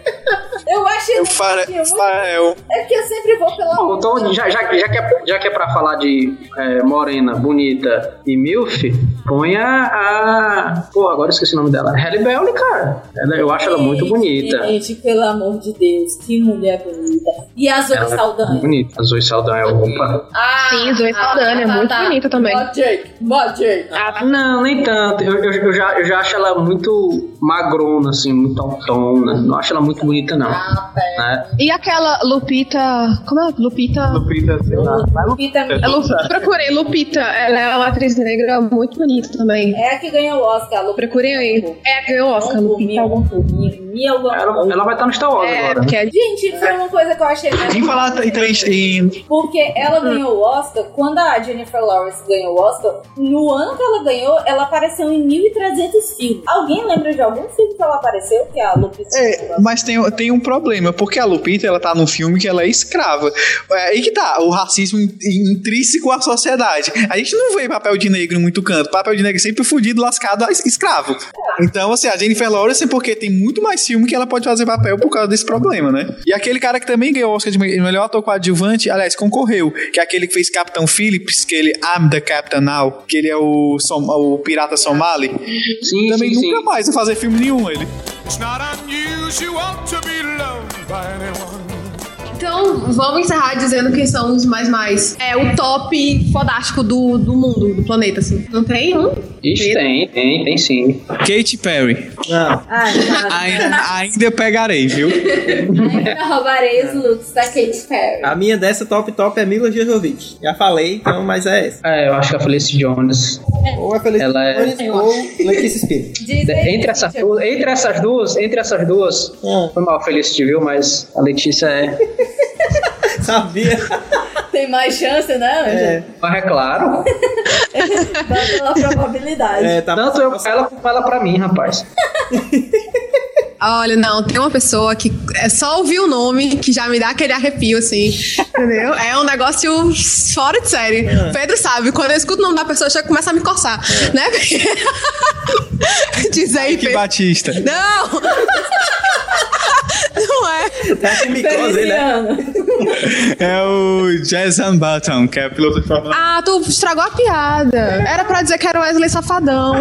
Eu acho O ele Fara- muito... Farel. É que eu sempre vou pela... Bom, então, já, já, já, que é, já que é pra falar de é, morena, bonita e milf, põe a, a... Pô, agora eu esqueci o nome dela. Halle Berry, cara. Ela, eu acho ela muito bonita. Gente, pelo amor de Deus, que mulher bonita. E a Zoe Ela é Saldanha? bonita. A Zoe Saldanha, opa. Ah, Sim, Zoe Saldanha, é muito bonita também. Bota Jake, bota Jake. Ah, não, nem tanto. Eu, eu, eu, já, eu já acho ela muito magrona, assim, muito autona. Não acho ela muito bonita, não. Ah, pé. Né? E aquela Lupita... Como é? Lupita... Lupita, sei lá. Lupita É Lu... Procurei, Lupita. Ela é uma atriz negra muito bonita também. É a que ganhou o Oscar, Lupita. Procurem aí. É a que ganhou o Oscar, Lupita. algum pouquinho. Me alguma Ela, ela vai estar no Star Wars É, agora, porque né? é... Gente, foi uma coisa que eu achei mais... Em falar em três. Em... Porque ela ganhou o Oscar, quando a Jennifer Lawrence ganhou o Oscar, no ano que ela ganhou, ela apareceu em mil e trezentos filmes. Alguém lembra de algum filme que ela apareceu? Que a Lupita... É, mas tem, tem um problema, porque a Lupita, ela tá num filme que ela é escrava. É aí que tá, o racismo in- intrínseco à sociedade. A gente não vê papel de negro em muito canto. Papel de negro é sempre fudido, lascado, es- escravo. Então, assim, a Jennifer Lawrence, porque tem muito mais filme que ela pode fazer papel por causa desse problema, né? E aquele cara que também ganhou o Oscar de me- melhor ator coadjuvante, aliás, concorreu, que é aquele que fez Capitão Phillips, que ele I'm the Captain Now, que ele é o, som- o pirata somali. Sim, Também sim, nunca sim. mais vai fazer filme nenhum, ele. It's not unusual to be loved by anyone. Então, vamos encerrar dizendo quem são os mais mais. É o top fodástico do, do mundo, do planeta, assim. Não tem um? Ixi, tem, tem, tem sim. Katy Perry. Não. Ai, Ainda, ainda pegarei, viu? ainda roubarei os looks da Katy Perry. A minha dessa top top é Mila Jovovich. Já falei, então, mas é essa. É, eu acho que a Felicity Jones. Ou a Felicity Ela é- Jones ou Letícia Spiller. Diz aí, Entre essas, gente, duas, entre essas duas, entre essas duas, Hum. foi mal a Felicity, viu? Mas a Letícia é. Sabia? tem mais chance, né? É, Mas é claro. Dá pela probabilidade. é, tá Tanto eu pra ela como ela pra mim, rapaz. Olha, não, tem uma pessoa que é só ouvir o nome que já me dá aquele arrepio, assim, entendeu? É um negócio fora de série. É. Pedro sabe, quando eu escuto o nome da pessoa, já começa a me coçar, né? Diz aí, Que Pedro. Batista. Não! Não é. é micose, né? É o Jason Button, que é piloto de Fórmula um. Ah, tu estragou a piada. Era pra dizer que era o Wesley Safadão.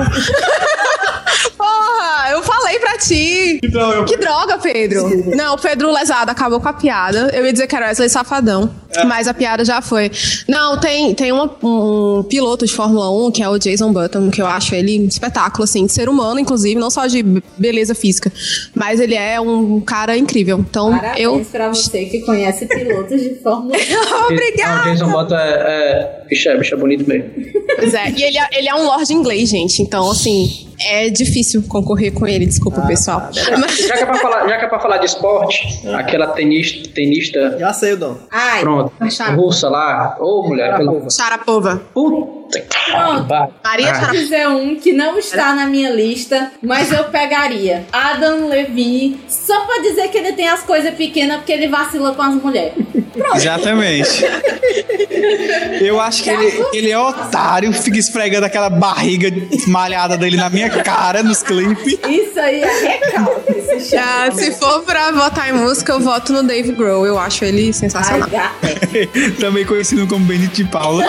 Porra, eu falei pra ti. Que droga. Que droga, Pedro. Não, o Pedro lesado acabou com a piada. Eu ia dizer que era o Wesley Safadão, mas a piada já foi. Não, tem, tem uma- um piloto de Fórmula um, que é o Jason Button, que eu acho ele um espetáculo, assim, de ser humano, inclusive, não só de be- beleza física, mas ele é um cara incrível. Então, Parabéns eu... pra você que conhece pilotos de Fórmula um. Obrigada! O Jason Button é, é, bicho, é, bicho é bonito mesmo. Pois é, e ele é, ele é um lord inglês, gente. Então, assim, é difícil concorrer com ele, desculpa, pessoal. Mas- Já que é pra falar, já que é pra falar de esporte, aquela tenista, tenista Já sei o dom. Ai, pronto, Acharam. russa lá, ô mulher, pela Sharapova. puta que Pronto. pariu. Maria Ah, Sharapova. dizer um que não está na minha lista, mas eu pegaria. Adam Levine, só pra dizer que ele tem as coisas pequenas porque ele vacila com as mulheres. Exatamente. Eu acho que ele, ele é otário, fica esfregando aquela barriga malhada dele na minha cara nos clipes. Isso aí é recalque. Ah, se for pra votar em música, eu voto no Dave Grohl. Eu acho ele sensacional. Também conhecido como Benito de Paula.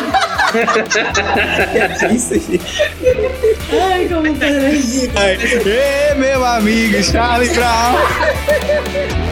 É isso aí. Ai, como tá. Ei, meu amigo, Charlie Brown.